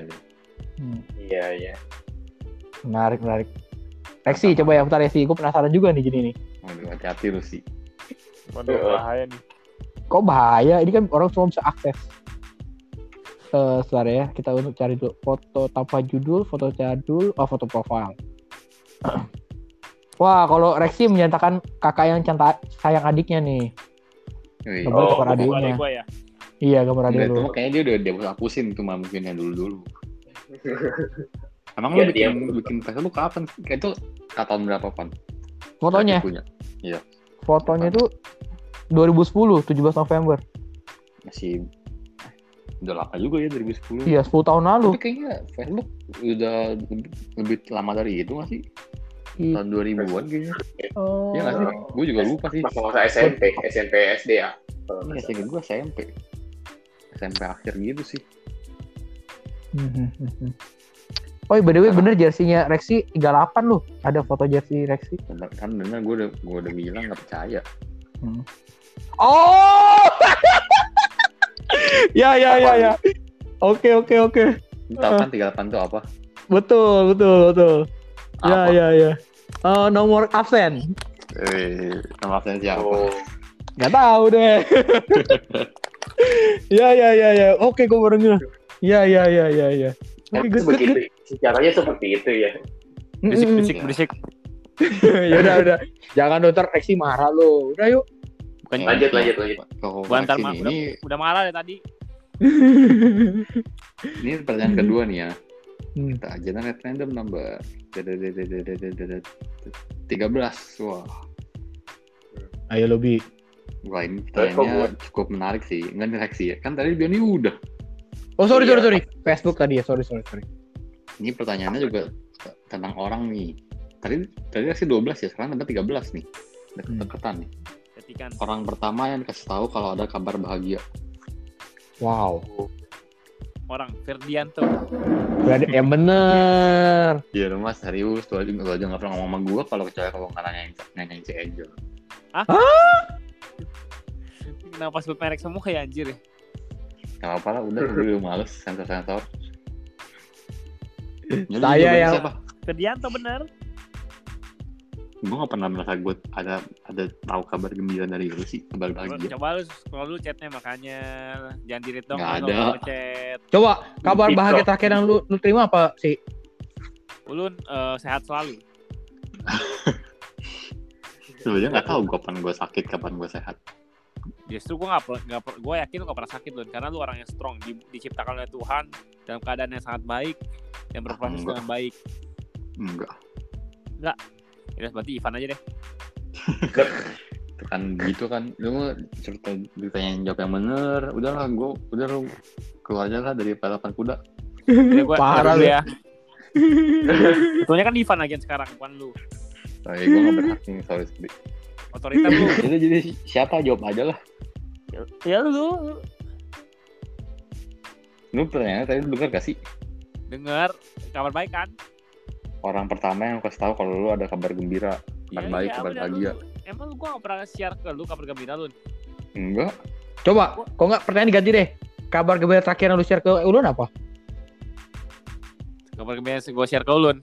Iya. Menarik. Rexy, coba ya, bentar ya sih. Gue penasaran juga nih gini nih. Waduh, hati-hati lu sih. Waduh, bahaya nih. kok bahaya? Ini kan orang semua bisa akses. Sebentar ya, kita untuk cari dulu foto tanpa judul, foto jadul, foto profil. Wah, kalau Rexy menyatakan kakak yang sayang adiknya nih. Wih. Gambar gambar adiknya. Adik gua ya. Iya, gambar adik Enggak, itu lu. mah kayaknya dia udah hapusin tuh mah mungkin yang dulu. Emang Ya, lu bikin Facebook kapan? Kayak itu tahun berapa, Pan? Fotonya. Punya. Iya. Fotonya itu 2010, 17 November. Masih udah lama juga ya 2010. Iya, 10 tahun lalu. Tapi kayaknya Facebook udah lebih lama dari itu nggak sih? Iya. Tahun 2000-an kayaknya. Oh. Iya nggak sih? Gue juga lupa sih. Masa-masa SMP SD ya. Iya sih, gue SMP akhir gitu sih. Oh, by the way, bener jersey-nya Rexy 38 loh. Ada foto jersey Rexy. Bener gue udah bilang nggak percaya. Oh. Ya. Oke. Lu tahu kan 38 itu apa? Betul. Apa? Ya. Nomor absen. Nama absen siapa? Oh, Gak tahu deh. Ya. Oke, gue baru ngeh. Ya. Oke, itu good. begitu. Sejarahnya seperti itu ya. Berisik. Ya udah. Jangan nonton Rexy marah lo. Udah yuk. Bukan Lanjut. Kalau gua antar Maxi nih, ini udah marah ya tadi. ini pertanyaan kedua nih ya. Hmm. Kita aja random number 13. Wah, Ayo lebih. wah ini pertanyaannya cukup menarik sih. Enggak nih Rexy ya. Kan tadi Bioni udah. Oh, sorry. Iya. Facebook tadi ya. Sorry. Ini pertanyaannya juga tentang orang nih. Tadi Rexy 12 ya, sekarang ada 13 nih. Deket-deketan nih. Ketikan. Orang pertama yang kasih tahu kalau ada kabar bahagia. Wow. Orang Ferdianto. Berarti yang bener. Iya Mas, serius. Tuh aja nggak pernah ngomong sama gue kalau nggak nanyain si Angel. Kenapa sebut merek semua ya anjir ya? Gak apa-apa lah, udah gue males sensor. Saya yang siapa? Ferdianto bener. Gue gak pernah merasa gue ada tahu kabar gembira dari lu sih, kabar bahagia. Coba lu scroll dulu chatnya makanya jangan di-read dong. Nggak lu ada. Chat. coba kabar TikTok. bahagia terakhir yang lu terima apa sih? Ulun sehat selalu. Sebenarnya nggak tahu gue kapan gue sakit, kapan gue sehat. Justru gue gue yakin lu gak pernah sakit Lun, karena lu orang yang strong, diciptakan oleh Tuhan dalam keadaan yang sangat baik dan berproses Enggak. dengan baik. Enggak. Ya berarti Ivan aja deh. Itu kan gitu kan, lu mau cerita ditanyain jawab yang bener, udahlah udah lu keluar aja lah dari balapan kuda. Jadi gue Parah dulu lu. ya. Betulnya kan Ivan lagi sekarang, bukan lu. Gue gak berhak nih, sorry. Otorita lu. Jadi siapa jawab aja lah. Ya lu Lu pertanyaannya tadi lu denger gak sih? dengar kabar baik kan? Orang pertama yang kasih tahu kalau lu ada kabar gembira, kabar baik, kabar bener, bahagia. Emang lu gue gak pernah share ke lu kabar gembira lu? Enggak. Coba, kok nggak pertanyaan diganti deh. Kabar gembira terakhir yang lu share ke Ulun apa? Kabar gembira yang gue share ke Ulun.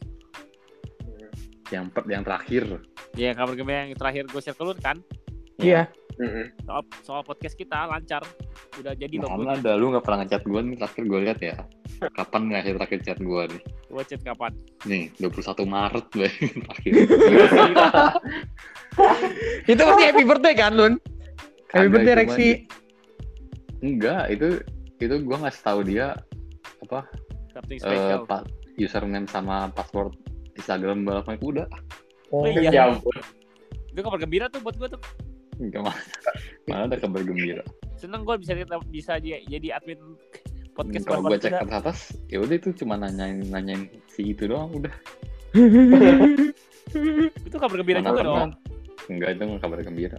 Yang terakhir. Ya kabar gembira yang terakhir gue share ke Ulun kan? Iya. Soal podcast kita lancar. Udah jadi loh. Mana ada, lu gak pernah ngechat gue nih, terakhir gue liat ya. Kapan ngasih terakhir chat gue nih? Gue chat kapan? Nih, 21 Maret gue terakhir. Itu pasti happy birthday kan, Lun? Happy Kagak, birthday itu Rexy. Enggak, itu gue ngasih tahu dia apa Something special. username sama password Instagram balapan kuda. Oh, iya. Ya ampun. Itu kabar gembira tuh buat gue tuh. Enggak mana ada kabar gembira. Seneng gue bisa jadi admin podcast Kalau gue cek Balapan ke atas, ya udah itu cuma nanyain si itu doang udah. Kuda. Itu kabar gembira Mana juga pernah. dong. Enggak, itu nggak kabar gembira.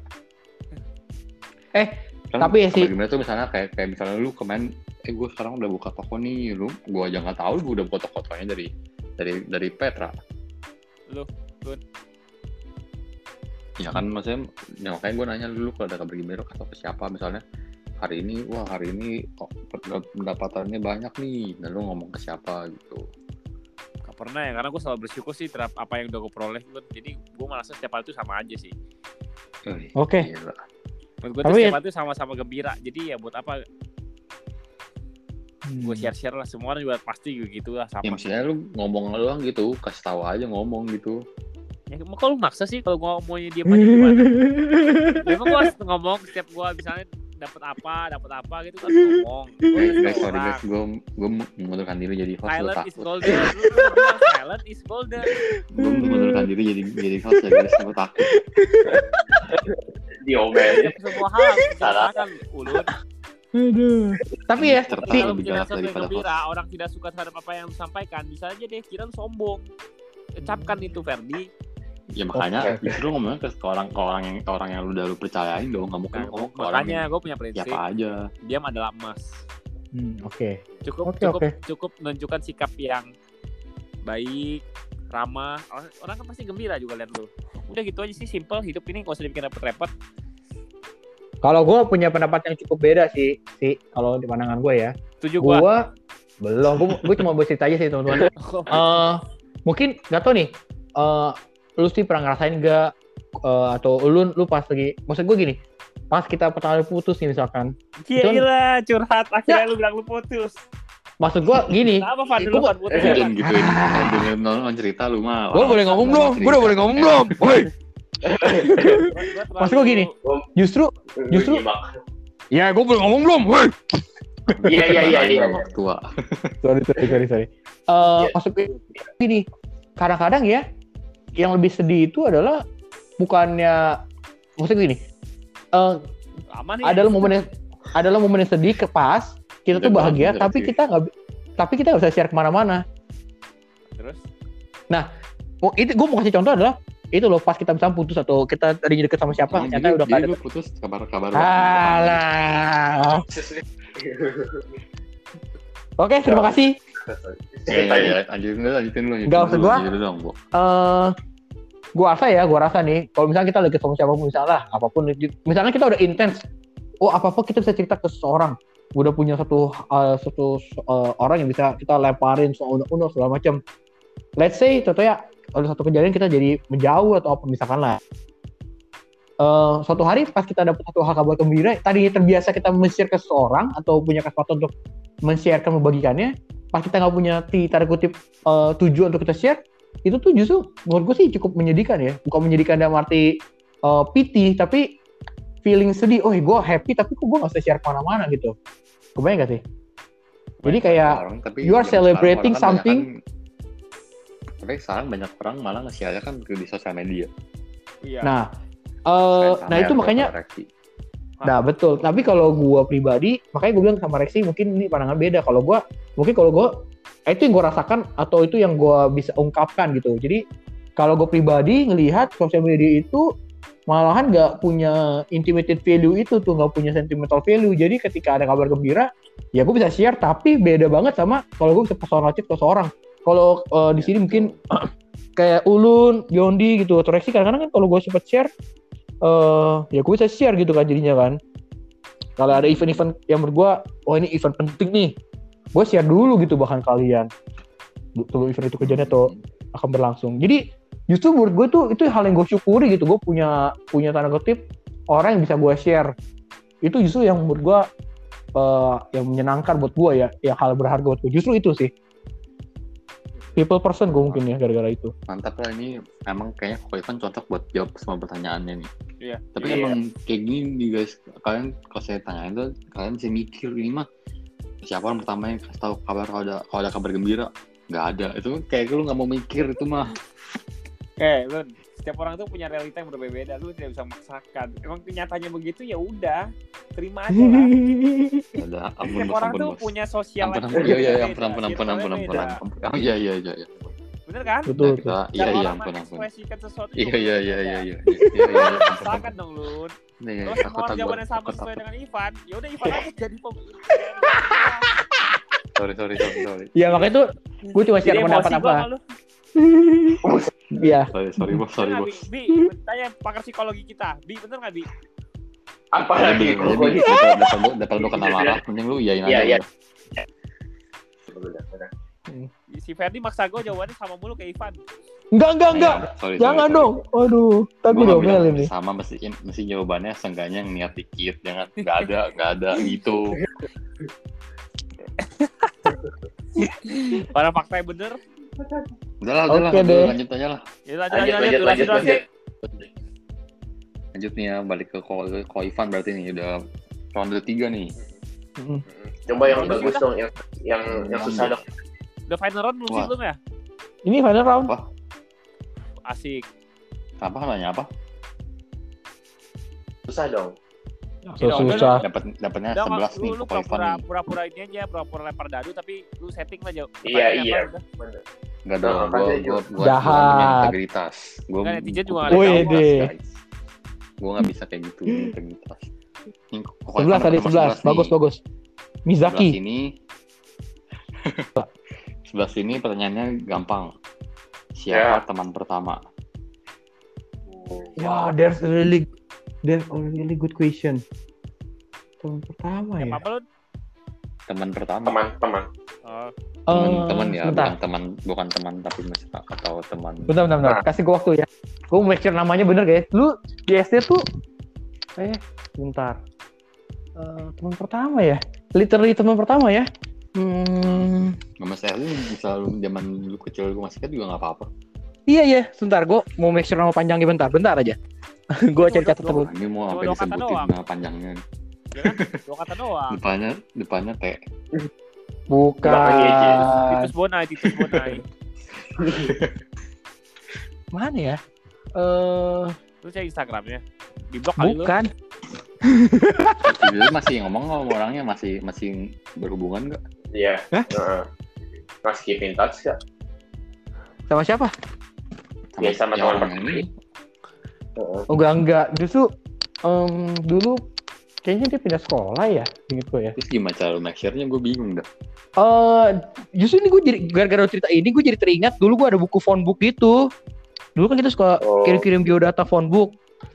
Kan tapi ya kabar sih- gembira tuh misalnya kayak misalnya lu kemarin, gue sekarang udah buka toko nih, gue aja nggak tahu gue udah buka tokonya dari Petra. Lu. Ya kan maksudnya, ya makanya gue nanya dulu kalau ada kabar gembira atau ke siapa misalnya hari ini kok pendapatannya banyak nih, dan lu ngomong ke siapa gitu. Gak pernah ya, karena gue selalu bersyukur sih terhadap apa yang udah gue peroleh. Jadi gue merasa setiap hal itu sama aja sih. Oke. Gila. Menurut gue tuh setiap hari tuh sama-sama gembira. Jadi ya buat apa gue share lah, semua orang juga pasti gitu lah sama. Ya maksudnya lu ngomong doang gitu, kasih tahu aja ngomong gitu. Ya kalau lu maksa sih kalau gue ngomongnya dia aja gimana? Memang gue harus ngomong setiap gue misalnya dapat apa gitu kan ngomong. Guys, sorry guys, gue mengundurkan diri jadi host. Silent is golden. Lu bilang silent is golden. Gue mengundurkan diri jadi host ya guys, gue takut. Diomelin. Semua hal diceritakan Ulun. Aduh. Tapi ya, kalau menjadi sesuatu yang gembira, orang tidak suka terhadap apa yang lu sampaikan, bisa aja deh kira lu sombong. Ucapkan itu Ferdi. Ya makanya justru ngomongnya ke orang yang udah lu percayain dong, nggak mungkin ngomong ke orang Makanya gue punya prinsip. siapa aja. Diam adalah emas. Oke. Cukup menunjukkan sikap yang baik, ramah. Orang kan pasti gembira juga lihat lu. Udah gitu aja sih, simple. Hidup ini gak usah dibikin repot-repot. Kalau gue punya pendapat yang cukup beda sih kalau di pandangan gue ya. Setuju gue. Belum, gue cuma bercerita aja sih teman-teman. Mungkin nggak tau nih. Lu sih pernah ngerasain gak atau lu pas lagi, maksud gue gini, pas kita pertama kali putus nih misalkan, gila curhat akhirnya lu bilang lu putus. Maksud gue gini, kenapa Fan dulu kan putus? Jangan gituin, dengan nonton cerita lu mah. Gue boleh ngomong belum? Gue udah boleh ngomong belum? Woi. Maksud gue gini, justru, ya gue boleh ngomong belum? Woi. Iya. Tua. Sorry. Maksud gue gini, kadang-kadang ya, yang lebih sedih itu adalah bukannya, maksudnya gini, adalah momen yang sedih pas kita tuh bahagia, tapi kita nggak bisa share kemana-mana. Terus? Nah, itu gue mau kasih contoh adalah itu loh, pas kita misalnya putus atau kita tadinya deket sama siapa, ternyata udah nggak ada. Putus kabar. Alah. Oke, terima kasih. Lanjutin lu. Gak maksud gue rasa nih, kalau misalnya kita lagi sama siapapun, misalnya kita udah intens, apa-apa kita bisa cerita ke seseorang, udah punya satu orang yang bisa kita lemparin soal unek-unek segala macam. Let's say contohnya ada satu kejadian kita jadi menjauh atau apa misalkan lah. Suatu hari pas kita dapat satu hal kabar gembira, tadinya terbiasa kita men-share ke seseorang atau punya kesempatan untuk men-sharekan, membagikannya, pas kita nggak punya tanda kutip tujuan untuk kita share, itu tuh justru menurut gue sih cukup menyedihkan ya. Bukan menyedihkan dalam arti pity, tapi feeling sedih. Oh, gue happy tapi kok gue nggak bisa share kemana-mana gitu. Kebayang gak sih? Jadi kayak you are celebrating something. Tapi sekarang banyak orang malah nge-share kan di sosial media. Iya. Nah itu makanya. Nah betul. Tapi kalau gue pribadi, makanya gue bilang sama Rexy mungkin ini pandangan beda. Kalau gue itu yang gue rasakan atau itu yang gue bisa ungkapkan gitu. Jadi kalau gue pribadi ngelihat sosial media itu malahan nggak punya intimate value itu tuh, nggak punya sentimental value. Jadi ketika ada kabar gembira, ya gue bisa share. Tapi beda banget sama kalau gue bisa personal chat ke seorang. Kalau di sini mungkin kayak Ulun, Yondi gitu, atau Rexy kadang-kadang kan kalau gue sempat share, ya gue bisa share gitu kan jadinya kan. Kalau ada event-event yang menurut gue, ini event penting nih, gue share dulu gitu bahkan kalian. Tunggu event itu kejadian atau akan berlangsung. Jadi justru menurut gue tuh itu hal yang gue syukuri gitu. Gue punya tanda kutip orang yang bisa gue share. Itu justru yang menurut gue yang menyenangkan buat gue ya, yang hal berharga buat gue. Justru itu sih. People person gue mungkin ya gara-gara itu. Mantap lah, ini emang kayaknya Ko Ivan cocok buat jawab semua pertanyaannya nih. Iya. Tapi emang kayak gini guys, kalian kalau saya tanyain tuh kalian bisa mikir ini mah siapa orang pertama yang kasih tahu kabar kalau ada kabar gembira? Nggak ada. Itu kayak lu nggak mau mikir itu mah. Lun, setiap orang tuh punya realita yang berbeda. Lu tidak bisa memaksakan. Emang kenyataannya begitu ya udah, terima aja lah. Udah, setiap orang tuh punya sosial. Iya, ampun. Iya. Bener kan? Betul. Iya, ampun. Mengekspresikan sesuatu. Iya. Rasakan dong, Lun. Terus semua orang jawabannya sama sesuai dengan Ivan. Ya udah Ivan aja jadi pemimpin. Sorry. Ya makanya tuh gue cuma share pendapat apa. Iya. Sorry bos. Bi, tanya pakar psikologi kita. Bi, bener nggak Bi? Apa lagi? Dapat lu kenal marah, mending lu iyain aja. Iya. Si Ferdi maksa gue jawabannya sama mulu kayak Ivan. Enggak. Sorry, Jangan sorry. dong. Aduh, tak gue Gue nggak bilang domelin nih. sama, mesti jawabannya seenggaknya yang niat dikit, jangan nggak ada gitu. Pada fakta yang bener. Udahlah, Oke deh. lanjut aja lah. Ya, lanjut. Lanjut nih ya, balik ke Ko Ivan berarti nih udah ronde 3 nih. Coba yang bagus dong, yang susah dong. Udah final round belum sih Wah. belum ya? Ini final round. Apa? Asik. Apa nanya apa? Susah dong. Susah. Dapatnya Udah, 11 nih lu Ko Ivan nih. pura-pura ini aja, pura-pura lempar dadu tapi lu setting lah jauh. Iya. Bener. Enggak dong, gua Jahat. integritas. Gua Enggak, netizen juga nggak ada tahu. guys. Gua nggak bisa kayak gitu integritas. Ini Ko Ivan 11 tadi dapat 11. nomor Bagus. Mizaki. 11 ini pertanyaannya gampang. Siapa teman pertama? Wah, there's a really good question. Teman pertama ya. Apa lu? Teman pertama. Teman. Oh, Teman ya, Bentar. bukan teman tapi mesra atau teman. Bentar. Kasih gue waktu ya. Gue make sure namanya bener guys. Lu di SD tuh bentar. Teman pertama ya. Literally teman pertama ya. Nggak masalah, lu bisa lu zaman lu kecil lu masih kecil juga nggak apa-apa. Iya. Sebentar, gue mau make sure nama panjangnya bentar aja. Gue cari catat dulu. Ini mau Cuma sampai dua kata disebutin doang. nama panjangnya. ya kan? 2 kata doang. Depannya T. Bukan. Titus Bonai. Mana ya? Lu cek Instagramnya. Di blog kali lu. Bukan. Lu masih ngomong sama orangnya masih berhubungan nggak? Iya. Hah? Mas keep in touch gak? Sama siapa? Ya, sama yang teman orang ini. Oh, enggak. Justru dulu kayaknya dia pindah sekolah ya, inget gue ya. Terus gimana cara lu make sure-nya, gue bingung dah. Justru ini gue jadi gara-gara cerita ini gue jadi teringat dulu gue ada buku phone book gitu. Dulu kan kita suka kirim-kirim biodata phone book.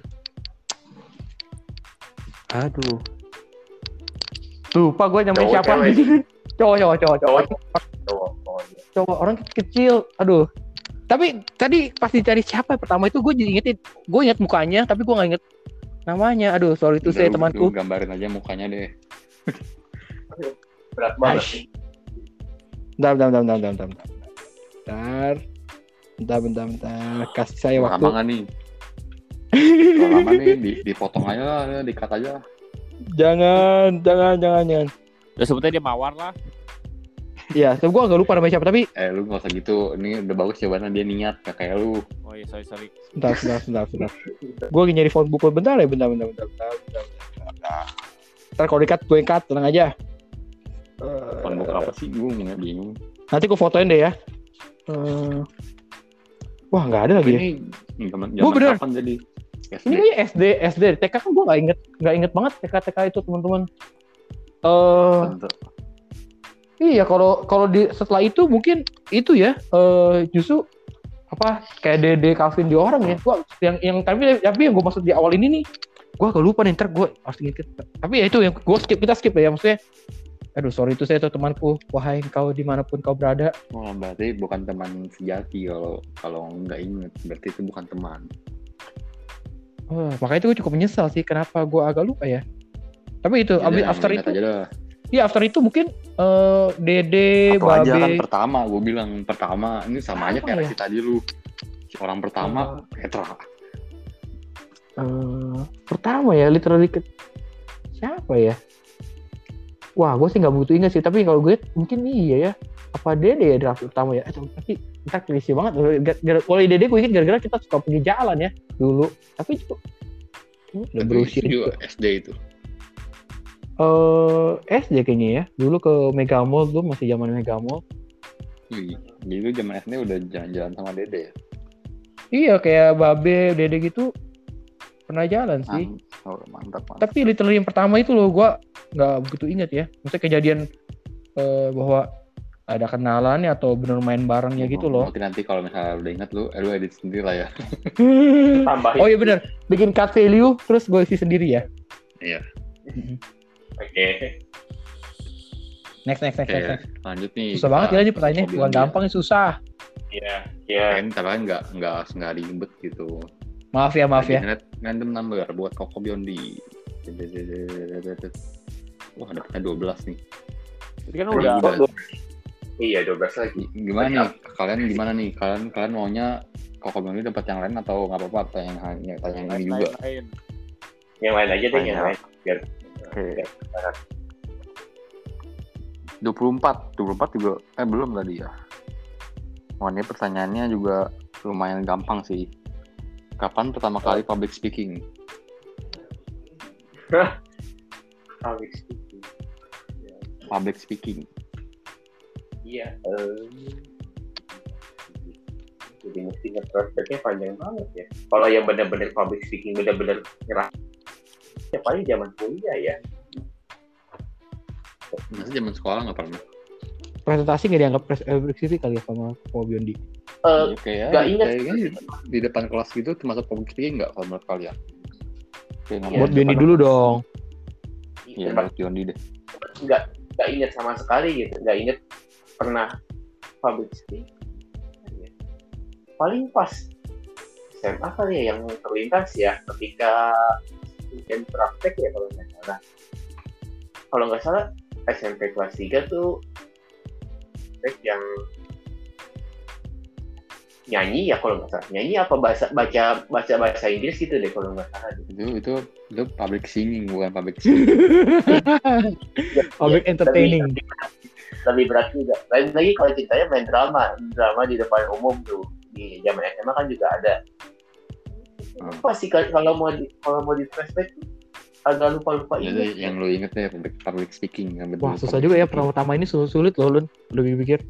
Aduh. Lupa gue namanya siapa. Cowok orang kecil. Aduh. Tapi tadi pas dicari siapa pertama itu gue inget mukanya tapi gue nggak inget namanya. Aduh, sorry itu saya temanku. Lu gambarin aja mukanya deh. Berat banget. Bentar. Kasih saya waktu. Lama nggak nih? Kalau lama nih dipotong aja lah, di-cut aja. Jangan. Udah sebetulnya dia mawar lah. Iya, gue agak lupa namanya siapa tapi Lu nggak usah gitu. Ini udah bagus jawabannya, dia niat gak kayak lu. Oh iya, sorry. bentar. Gue lagi nyari phone book bentar. Bentar. Ntar kalau di-cut gue cut, tenang aja. Phonebook apa sih? Gue bingung. Nanti gue fotoin deh ya. Wah, nggak ada lagi ya. Ini zaman bener. kapan jadi? Ini kayaknya SD. TK kan gue nggak inget banget TK itu teman-teman. Tentu. Iya, kalau di setelah itu mungkin itu ya justru apa kayak Dede Calvin di orang ya. Gua yang tapi yang gue maksud di awal ini nih, gue agak lupa nih, ntar gue harus inget. Tapi ya itu yang kita skip ya maksudnya. Aduh, sorry itu saya tuh temanku. Wahai kau dimanapun kau berada. Wah, berarti bukan teman sejati kalau nggak inget, berarti itu bukan teman. Makanya itu gue cukup menyesal sih kenapa gue agak lupa ya. Tapi itu after itu. Iya, after itu mungkin Dede, Satu aja kan Babe. pertama, gue bilang pertama. Ini sama aja kayak ya? si tadi lu. Si orang pertama, Petra. Pertama ya, literally siapa ya? Wah, gue sih nggak butuh ingat sih. Tapi kalau gue mungkin iya ya. Apa Dede ya draft pertama ya? Tapi ntar klise banget. Kalau Dede gue ingat gara-gara kita suka pergi jalan ya dulu. Tapi cukup udah berusia juga SD itu. SD kayaknya ya. Dulu ke Mega Mall tuh masih zaman Mega Mall. Jadi lu zaman SD udah jalan-jalan sama Dede ya? Iya, kayak Babe, Dede gitu pernah jalan sih. Mantap. Tapi literally yang pertama itu loh gue nggak begitu ingat ya. Maksudnya kejadian bahwa ada kenalannya atau bener main barengnya gitu loh. Mungkin nanti kalau misalnya udah ingat lu edit sendiri lah ya. Tambahin. Oh iya bener, bikin cut value terus gue isi sendiri ya. Iya. Oke. Next. Oke, lanjut nih. Susah banget ya ini pertanyaannya. Bukan gampang, susah. Iya. Kan tapi nggak ribet gitu. Maaf ya. Generate random number buat Koko Biondi. Wah, dapetnya 12 nih. Jadi kan udah. Iya, 12 lagi. Gimana nih? Kalian gimana nih? Kalian maunya Koko Biondi dapat yang lain atau nggak apa-apa tanya yang ini juga? Lain. Yang lain aja deh, yang lain. Biar. Oke. 24 juga belum tadi ya. Ini pertanyaannya juga lumayan gampang sih. Kapan pertama kali public speaking? Public speaking. Iya. Jadi mesti nge-prospeknya panjang banget ya. Kalau yang benar-benar public speaking, benar-benar ngerasa, ya paling zaman kuliah ya. Masih zaman sekolah nggak pernah. Presentasi nggak dianggap public speaking kali ya sama Biondi? Nggak ingat. Kayaknya di depan kelas gitu termasuk public speaking nggak kalau menurut kalian? Buat Biondi dulu dong. Iya, buat Biondi deh. Nggak ingat sama sekali gitu. Nggak ingat pernah public speaking. Paling pas SMA kali ya yang terlintas ya ketika ujian praktek ya kalau nggak salah. Kalau nggak salah SMP kelas 3 tuh yang nyanyi ya kalau nggak salah. Nyanyi apa baca bahasa Inggris gitu deh kalau nggak salah. Itu public singing bukan public singing. Public entertaining. Lebih berat juga. Lain lagi kalau ceritanya main drama di depan umum tuh di zaman SMA kan juga ada. Pasti kalau mau di flashback agak lupa Jadi yang lo inget ya public speaking yang betul. Wah, susah juga ya pertama ini sulit loh Lun. Lebih pikir.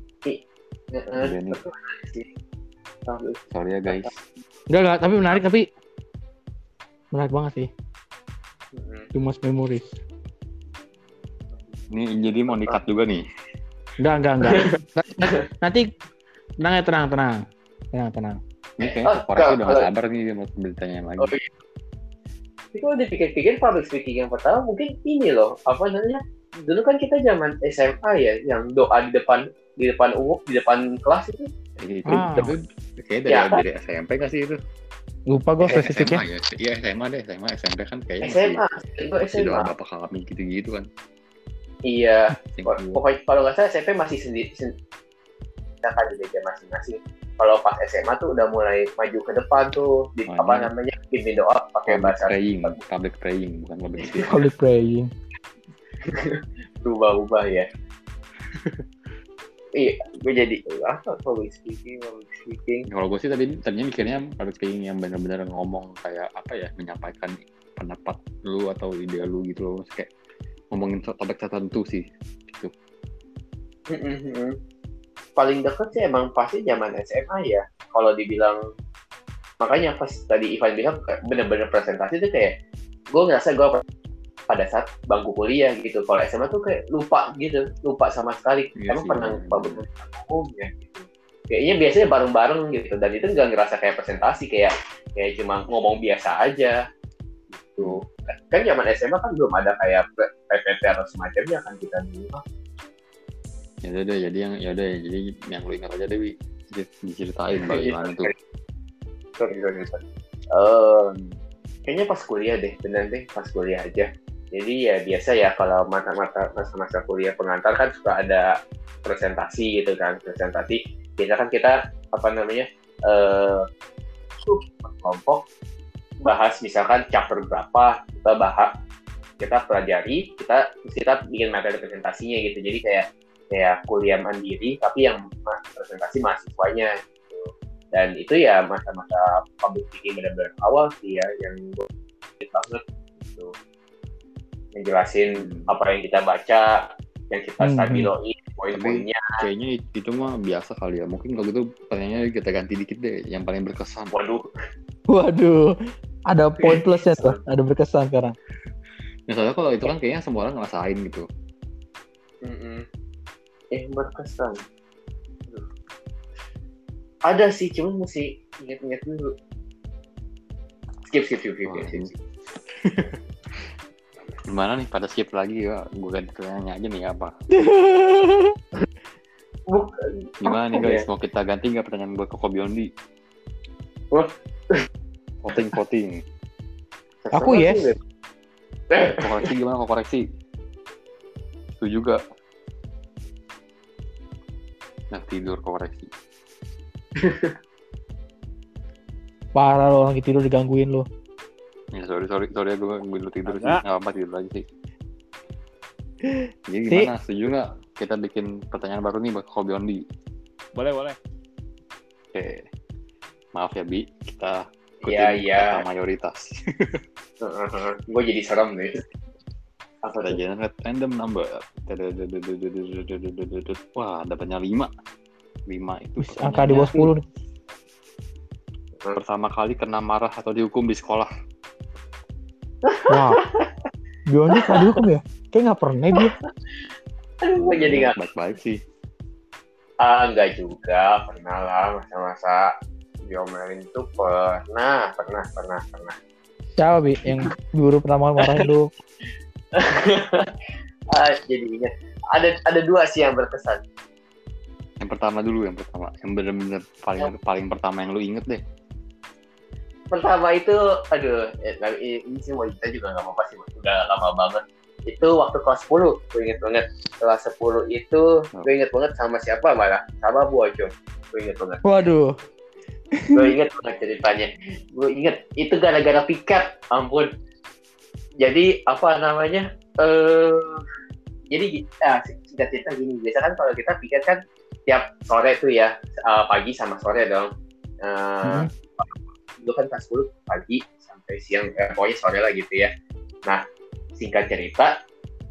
Sorry ya guys. Enggak, tapi menarik banget sih. Too much memories. Ini jadi mau di-cut juga nih. Enggak. Nanti tenang. Ini kayaknya korek udah gak sabar nih mau bertanya lagi. Tapi kalau dipikir-pikir public speaking yang pertama mungkin ini loh, apa namanya? Dulu kan kita zaman SMA ya, yang doa di depan umum, di depan kelas itu. Itu kayaknya dari SMP nggak sih itu? Lupa gue spesifiknya. Iya SMA deh, SMP kan kayaknya SMA. Doa bapak kami gitu kan. Iya. Pokoknya kalau nggak salah SMP masih sendiri. Kita kan di meja masing-masing. Kalau pas SMA tuh udah mulai maju ke depan tuh pimpin doa pakai bahasa public praying bukan public speaking. Public praying. Berubah ya. Iya, gue jadi apa public speaking. Kalau gue sih tadinya mikirnya public speaking yang benar-benar ngomong kayak apa ya, menyampaikan pendapat lu atau ide lu gitu loh, kayak ngomongin topik tertentu sih gitu. Paling deket sih emang pasti zaman SMA ya. Kalau dibilang, makanya pas tadi Ivan bilang bener-bener presentasi tuh kayak gue ngerasa gue pada saat bangku kuliah gitu. Kalau SMA tuh kayak lupa sama sekali. Emang pernah lupa bener umumnya gitu. Kayaknya biasanya bareng-bareng gitu, dan itu nggak ngerasa kayak presentasi, kayak cuma ngomong biasa aja gitu. Kan zaman SMA kan belum ada kayak PPT atau semacamnya kan kita dulu. Jadi yang lu ingat aja deh, diceritain bagaimana tuh. Sorry. Kayaknya pas kuliah deh, bener deh pas kuliah aja. Jadi ya biasa ya kalau masa kuliah pengantar kan suka ada presentasi gitu kan. Presentasi biasa kan kita kelompok bahas misalkan chapter berapa, kita pelajari, kita bikin materi presentasinya gitu. Jadi kayak kuliah mandiri tapi yang presentasi mahasiswanya gitu. Dan itu ya masa-masa public speaking benar-benar awal sih ya, yang gue banget gitu, ngejelasin apa yang kita baca, yang kita stabiloin poin-poinnya. Kayaknya itu mah biasa kali ya, mungkin kalau gitu pertanyaannya kita ganti dikit deh, yang paling berkesan. Waduh, ada poin plusnya tuh, ada berkesan sekarang. Misalnya kalau itu kan kayaknya semua orang ngerasain gitu. Berkesan. Ada sih, cuman mesti ingat-ingat dulu. Skip. Gimana nih pada skip lagi ya? Gue ganti pertanyaannya aja nih apa? Bukan. Gimana nih guys? Mau kita ganti nggak pertanyaan buat Koko Biondi? Wah. Voting. Aku yes. Koreksi gimana? Kok koreksi? Setuju gak? Nah tidur koreksi. Parah lo, lagi tidur digangguin lo. Ya sorry ya gue dulu tidur sih. Agak. Nggak apa tidur lagi sih. Jadi gimana? Setuju nggak kita bikin pertanyaan baru nih buat Koko Biondi? Boleh. Oke. Maaf ya Bi, kita Iya. kata mayoritas. Gue jadi serem nih. Apa Kita tuh? generate random number. Wah, dapatnya 5. 5 itu Angka di bawah 10 nih. pertama kali kena marah atau dihukum di sekolah. Wow. Biondi pernah dihukum ya? Kayak nggak pernah dia. Aduh, gue jadi nggak. Baik-baik sih. Enggak juga. Pernah lah masa-masa diomelin tuh pernah. Siapa Bi yang guru pertama marahin lu? Jadi ingat. Ada 2 sih yang berkesan. Yang pertama dulu, yang benar-benar paling pertama yang lu inget deh. Pertama itu, aduh, ini sih mau kita juga nggak apa-apa sih, udah lama banget. Itu waktu kelas 10, gue inget banget. Kelas 10 itu, gue inget banget sama siapa malah, sama Bu Ojo. Gue inget banget. Waduh. Gue inget banget ceritanya. Gue inget, itu gara-gara piket, ampun. Jadi, apa namanya, jadi, singkat cerita gini, biasa kan kalau kita piket kan, tiap sore tuh ya, pagi sama sore dong. Itu kan kelas 10 pagi sampai siang, pokoknya sore lah gitu ya. Nah, singkat cerita,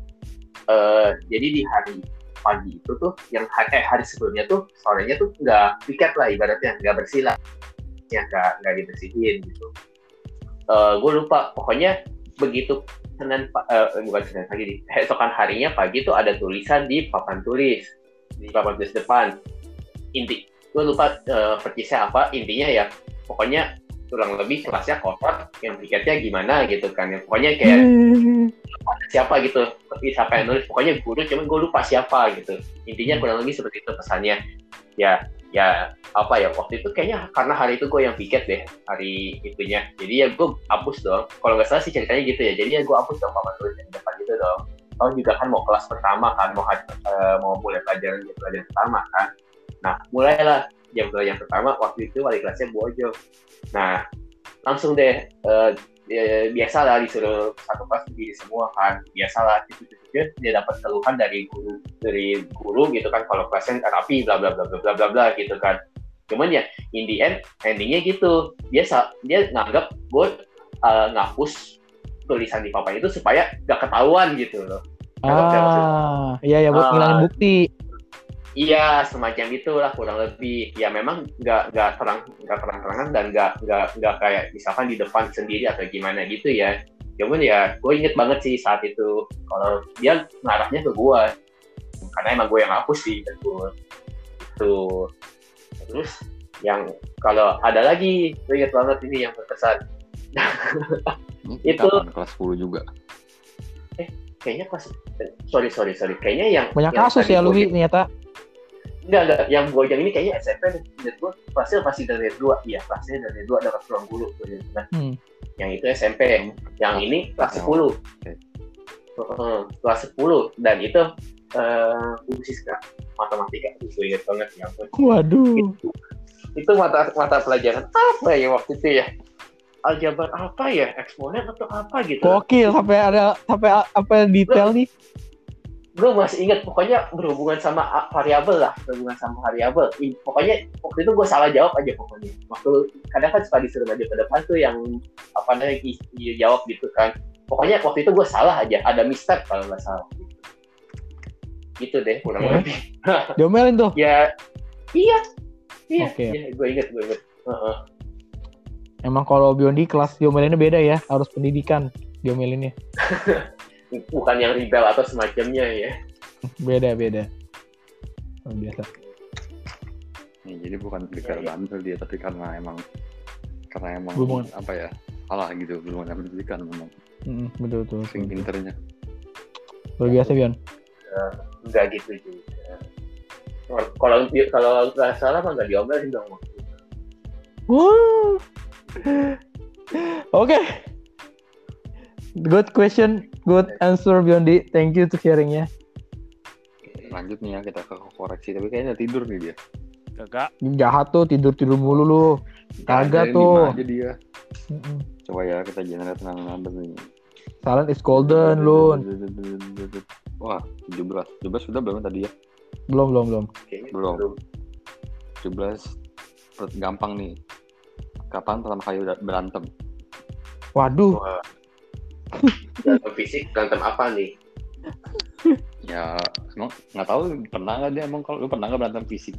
jadi di hari pagi itu tuh, yang hari sebelumnya tuh, sorenya tuh nggak piket lah ibaratnya, nggak bersih lah, ya nggak dibersihin gitu. Gue lupa, pokoknya begitu bukan Senin pagi, esokan harinya pagi tuh ada tulisan di papan tulis depan. Gue lupa persisnya apa, intinya ya, pokoknya kurang lebih kelasnya kotor, yang piketnya gimana gitu kan, ya, pokoknya kayak siapa gitu, siapa yang nulis, pokoknya guru, cuman gue lupa siapa gitu, intinya kurang lebih seperti itu pesannya. Ya apa ya, waktu itu kayaknya karena hari itu gue yang piket deh, hari itunya, jadi ya gue hapus dong, kalau nggak salah sih ceritanya gitu ya, jadi ya gue hapus dong papan tulis yang depan gitu dong. Tahu juga kan mau kelas pertama kan, mau mulai pelajaran pertama kan. Nah mulailah jam pelajaran pertama, waktu itu wali kelasnya Bu Ojo. Nah, langsung deh, biasalah disuruh satu kelas berdiri semua kan, biasalah dia dapat keluhan dari guru gitu kan, kalau kelasnya rapi bla bla bla bla bla bla gitu kan. Cuman ya endingnya gitu, dia nganggap gue ngapus tulisan di papan itu supaya gak ketahuan gitu loh. Iya buat ngilangin bukti. Iya, semacam itulah kurang lebih. Ya memang nggak terang-terangan dan nggak kayak misalkan di depan sendiri atau gimana gitu ya. Cuman ya gue inget banget sih saat itu kalau dia ngarahnya ke gue, karena emang gue yang hapus sih betul. Itu terus yang kalau ada lagi, gue inget banget ini yang berkesan. Itu kelas 10 juga. Kayaknya kelas sorry. Kayaknya yang banyak kasus ya lu ternyata. Enggak, yang Gojang ini kayaknya SMP deh. Menurut gue kelasnya masih dari 2. Iya, kelasnya dari 2 dapat ruang guru. Yang itu SMP. Yang ini kelas 10. Kelas 10. Dan itu fisika, matematika. Itu gue inget banget. Ya. Waduh. Itu mata pelajaran apa ya waktu itu ya? Aljabar apa ya? Eksponen atau apa gitu. Gokil, sampai detail nih. Gue masih ingat, pokoknya berhubungan sama variabel. Pokoknya waktu itu gue salah jawab aja pokoknya. Waktu kadang kan suka disuruh maju ke depan tuh yang apa namanya jawab gitu kan. Pokoknya waktu itu gue salah aja, ada mistake kalau nggak salah. Gitu deh kurang lebih. Diomelin tuh? Ya, iya. Okay. Ya, gue inget. Emang kalau Biondi kelas diomelinnya beda ya, harus pendidikan diomelinnya. Bukan yang rebel atau semacamnya ya. Beda. Biasa. Ya, jadi bukan rebel bandel dia, tapi karena emang belum apa ya, salah gitu, belum ada pendidikan memang. Betul. Saking pinternya. Luar biasa, Bion. Enggak gitu juga. Kalau nggak salah mah nggak diomelin dong. Wow. Oke. Good question, good answer Biondi. Thank you to sharingnya. Lanjut nih ya, kita ke koreksi. Tapi kayaknya tidur nih dia. Kagak. Jahat tuh, tidur mulu lu. Kagak Ajarin tuh. gimana aja dia. Coba ya kita generate number nih. Silent is golden, Lun. Wah, 17 sudah belum tadi ya? Belum. Kayaknya Belum. 17 gampang nih. Kapan pertama kali berantem? Waduh. Wah. Berantem fisik, berantem apa nih? Ya, emang nggak tahu pernah nggak dia emang kalau lu pernah nggak berantem fisik?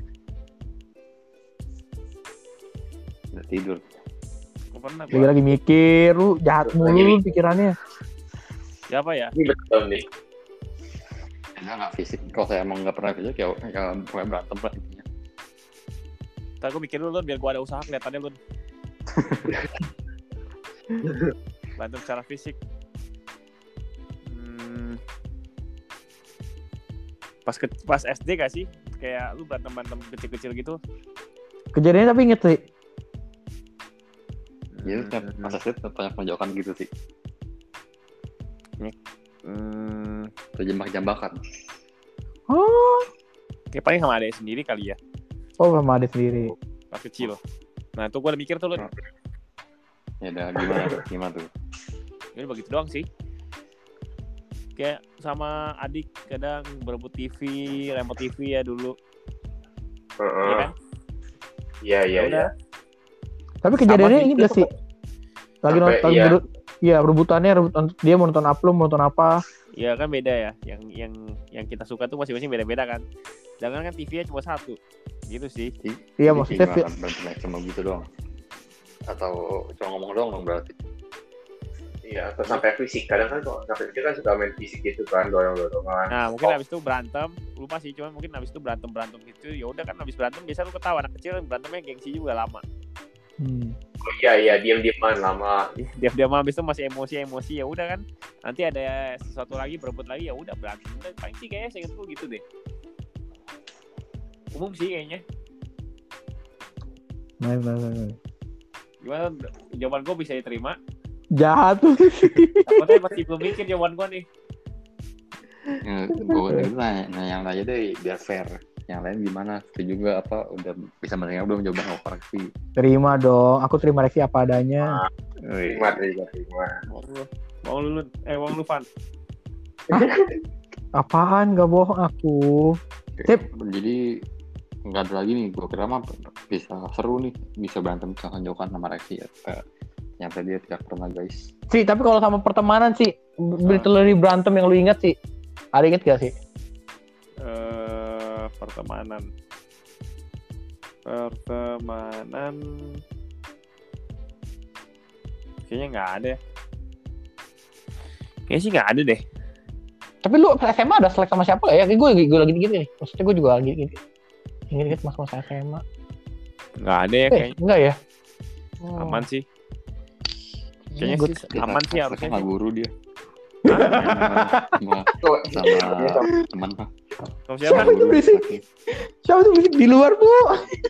Udah tidur. Gua pernah. Lagi mikir, lu jahat mulu lu pikirannya. Siapa ya? Ini betul nih. Nggak fisik. Kalau saya emang nggak pernah fisik ya pokoknya berantem lah intinya. Ntar gue mikir dulu biar gue ada usaha kelihatannya Lun. Berantem secara fisik. Pas SD gak sih? Kayak lu berantem kecil-kecil gitu. Kejadiannya tapi inget sih. Jadi pas SD banyak menjauhkan gitu sih. Terjambak-jambakan. Oh. Kayak paling sama adek sendiri kali ya. Oh, sama adik sendiri. Pas kecil. Nah itu gue udah mikir tuh Lun. Ya udah gimana tuh? Ini begitu doang sih. Kayak sama adik kadang berebut TV, remote TV ya dulu. Iya kan? Iya. Tapi kejadiannya inget gak sih? Lagi nonton dulu. Iya, rebutan dia mau nonton apa? Iya kan beda ya. Yang kita suka tuh masing-masing beda-beda kan. Jangan kan TV-nya cuma satu. Gitu sih. Iya, maksudnya berantem cuma gitu doang. Atau cuma ngomong doang dong berarti. Iya, atau sampai fisik. Kadang kan kalau sampai fisik kan suka main fisik gitu kan, dorong-dorongan. Nah, mungkin habis itu berantem, lupa sih, cuman mungkin habis itu berantem gitu. Ya udah kan habis berantem biasa lu ketawa, anak kecil berantemnya gengsi juga lama. Oh iya, diam-diaman lama. Diam-diam habis itu masih emosi ya udah kan. Nanti ada sesuatu lagi berebut lagi ya udah berantem. Paling sih kayaknya saya ingat gitu deh. Umum sih kayaknya. Nah. Gimana jawaban gue bisa diterima? Jahat tuh. Takutnya masih belum mikir jawaban gue nih. Gue nanya yang aja deh biar fair. Yang lain gimana? Itu juga apa udah bisa menerima belum jawaban koreksi? Terima dong. Aku terima reaksi apa adanya. Terima. Mau lu Van. Apaan? Gak bohong aku. Sip. Jadi nggak ada lagi nih. Gue kira mah bisa seru nih. Bisa berantem jauhan sama reaksi ya. Ternyata dia tidak pernah guys. Sih, tapi kalau sama pertemanan sih, literally berantem yang lu inget sih. Ada inget gak sih? Pertemanan kayaknya nggak ada. Kayaknya sih nggak ada deh. Tapi lu SMA ada selek sama siapa ya? Gue lagi gitu nih. Maksudnya gue juga lagi gitu. Ingat masa SMA. Nggak ada ya kayaknya. Enggak ya? Aman sih. Kayaknya sih aman sih harusnya. Sama guru dia. sama teman lah. Siapa itu berisik? Siapa itu berisik di luar, Bu?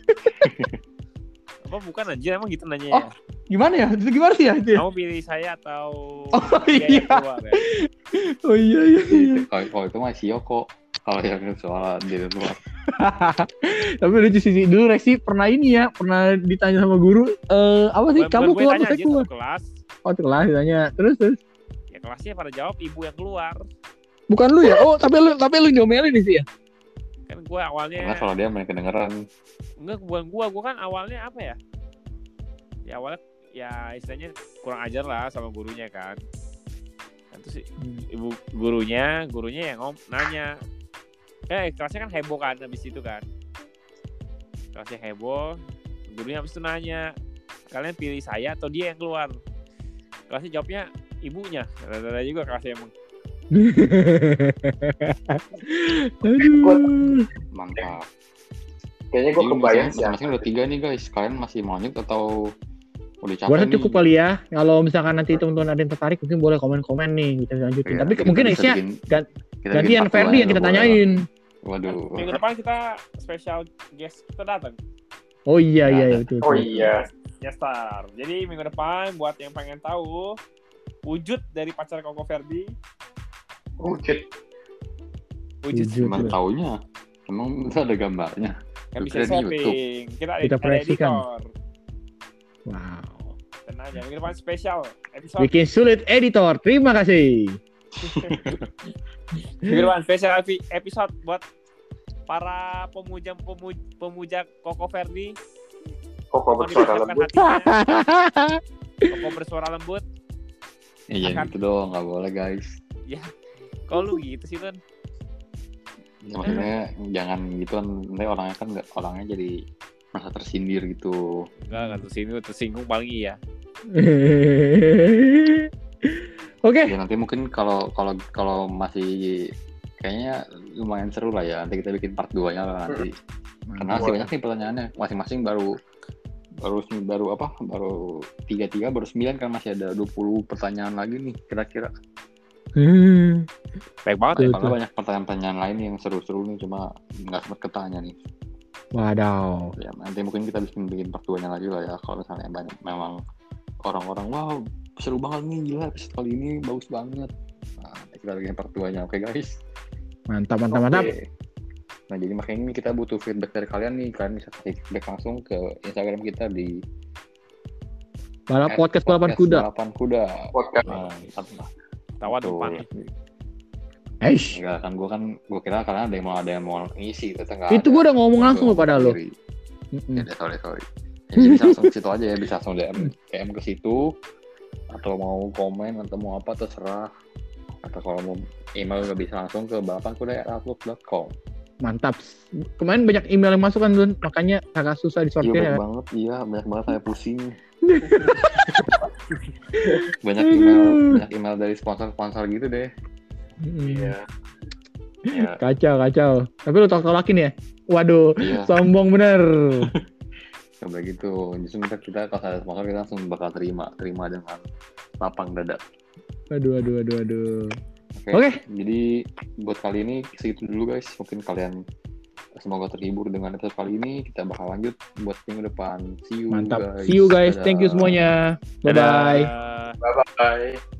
Apa bukan aja emang gitu nanya ya? Gimana ya? Itu gimana sih ya itu? Kamu pilih saya atau iya. Keluar, ya? Oh iya. Kalau itu masih Yoko. Kalau yang soal di luar. Tapi lucu sih dulu Reksi pernah ditanya sama guru, apa sih kamu keluar atau saya keluar? Kelas. Oh, kelas ditanya. Terus. Ya kelasnya pada jawab ibu yang keluar. Bukan lu ya? Oh, tapi lu nyomelin sih ya? Kan gue awalnya. Karena kalau dia main kedengeran. Enggak, bukan gue kan awalnya apa ya? Ya awalnya ya istilahnya kurang ajar lah sama gurunya kan. Terus ibu gurunya yang nanya. Kelasnya kan heboh kan habis itu kan. Kelasnya heboh, gurunya habis itu nanya, kalian pilih saya atau dia yang keluar? Kelasnya jawabnya ibunya. Rada-rada juga kelasnya emang. Mantap. Kayaknya gue kebayang sih. Masing-masing udah 3 nih guys. Kalian masih mau lanjut atau udah capek Gua rasa nih. cukup kali ya. Kalau misalkan nanti teman-teman ada yang tertarik, mungkin boleh komen-komen nih kita lanjutin. Iya, Tapi kita mungkin bisa nextnya bikin- gan- kita gantian bikin part Ferdi dua yang kita boleh lah. tanyain. Waduh. Minggu depan kita special guest kita datang. Oh iya Nggak iya ada. betul. Oh betul. iya. Ya Star. Jadi minggu depan buat yang pengen tahu wujud dari pacar Koko Ferdi. Wujud. Wujud Wujud. Gimana taunya? Emang itu ada gambarnya? yang bisa Kira di setting. Kita Kita ada proyeksikan. editor. Wow. Tenang aja. Minggu depan spesial episode. Bikin sulit editor. Terima kasih. Minggu depan spesial episode buat para pemuja Koko Ferdi. Koko Mohon bersuara dipersiapkan lembut. hatinya. Koko bersuara lembut. Iya Akan- gitu doang, nggak boleh guys. Kok lu gitu sih Ton? Ya, maksudnya jangan gitu kan, nanti orangnya kan nggak, orangnya jadi merasa tersindir gitu. Enggak tersinggung paling iya. Oke. Ya nanti mungkin kalau masih kayaknya lumayan seru lah ya. Nanti kita bikin part 2-nya lah nanti. Karena masih banyak nih pertanyaannya. Masing-masing baru 3 baru 9 kan, masih ada 20 pertanyaan lagi nih kira-kira. Baik banget ya. Betul. Karena banyak pertanyaan-pertanyaan lain yang seru-seru nih, cuma nggak sempat ketanya nih. Wadaw. Ya nanti mungkin kita bisa bikin part 2-nya lagi lah ya, kalau misalnya banyak memang orang-orang wow seru banget nih, gila episode kali ini bagus banget. Nah, nanti kita bikin part 2-nya. Oke guys. Mantap. Oke. Nah jadi makanya ini kita butuh feedback dari kalian nih. Kalian bisa kasih feedback langsung ke Instagram kita di Podcast Balapan Kuda. Balapan Kuda. Podcast. Nah, Tawan tuh. depan. Eish. Enggak kan, gue kira karena ada yang mau ngisi, ternyata nggak Itu ada. gue udah ngomong langsung Gua pada lo. sendiri. Ya udah, sorry. Jadi bisa langsung ke situ aja ya, bisa langsung DM ke situ, atau mau komen atau mau apa terserah. Atau kalau mau email nggak bisa langsung ke balapankuda@outlook.com. Mantap. Kemarin banyak email yang masuk kan Dun, makanya agak susah Iya disortir banyak ya. banget, banyak banget, saya pusing. banyak email dari sponsor gitu deh. Iya. Ya, Kacau. Tapi lu tolak-tolakin ya? Waduh, iya. sombong bener. Coba gitu. Justru kita kalau ada sponsor kita langsung bakal terima dengan lapang dada. Aduh. Oke. Jadi buat kali ini segitu dulu guys. Mungkin kalian semoga terhibur dengan episode kali ini. Kita bakal lanjut buat minggu depan. See you Mantap. guys. See you guys. Dadah. Thank you semuanya. Bye-bye. Dadah. Bye-bye.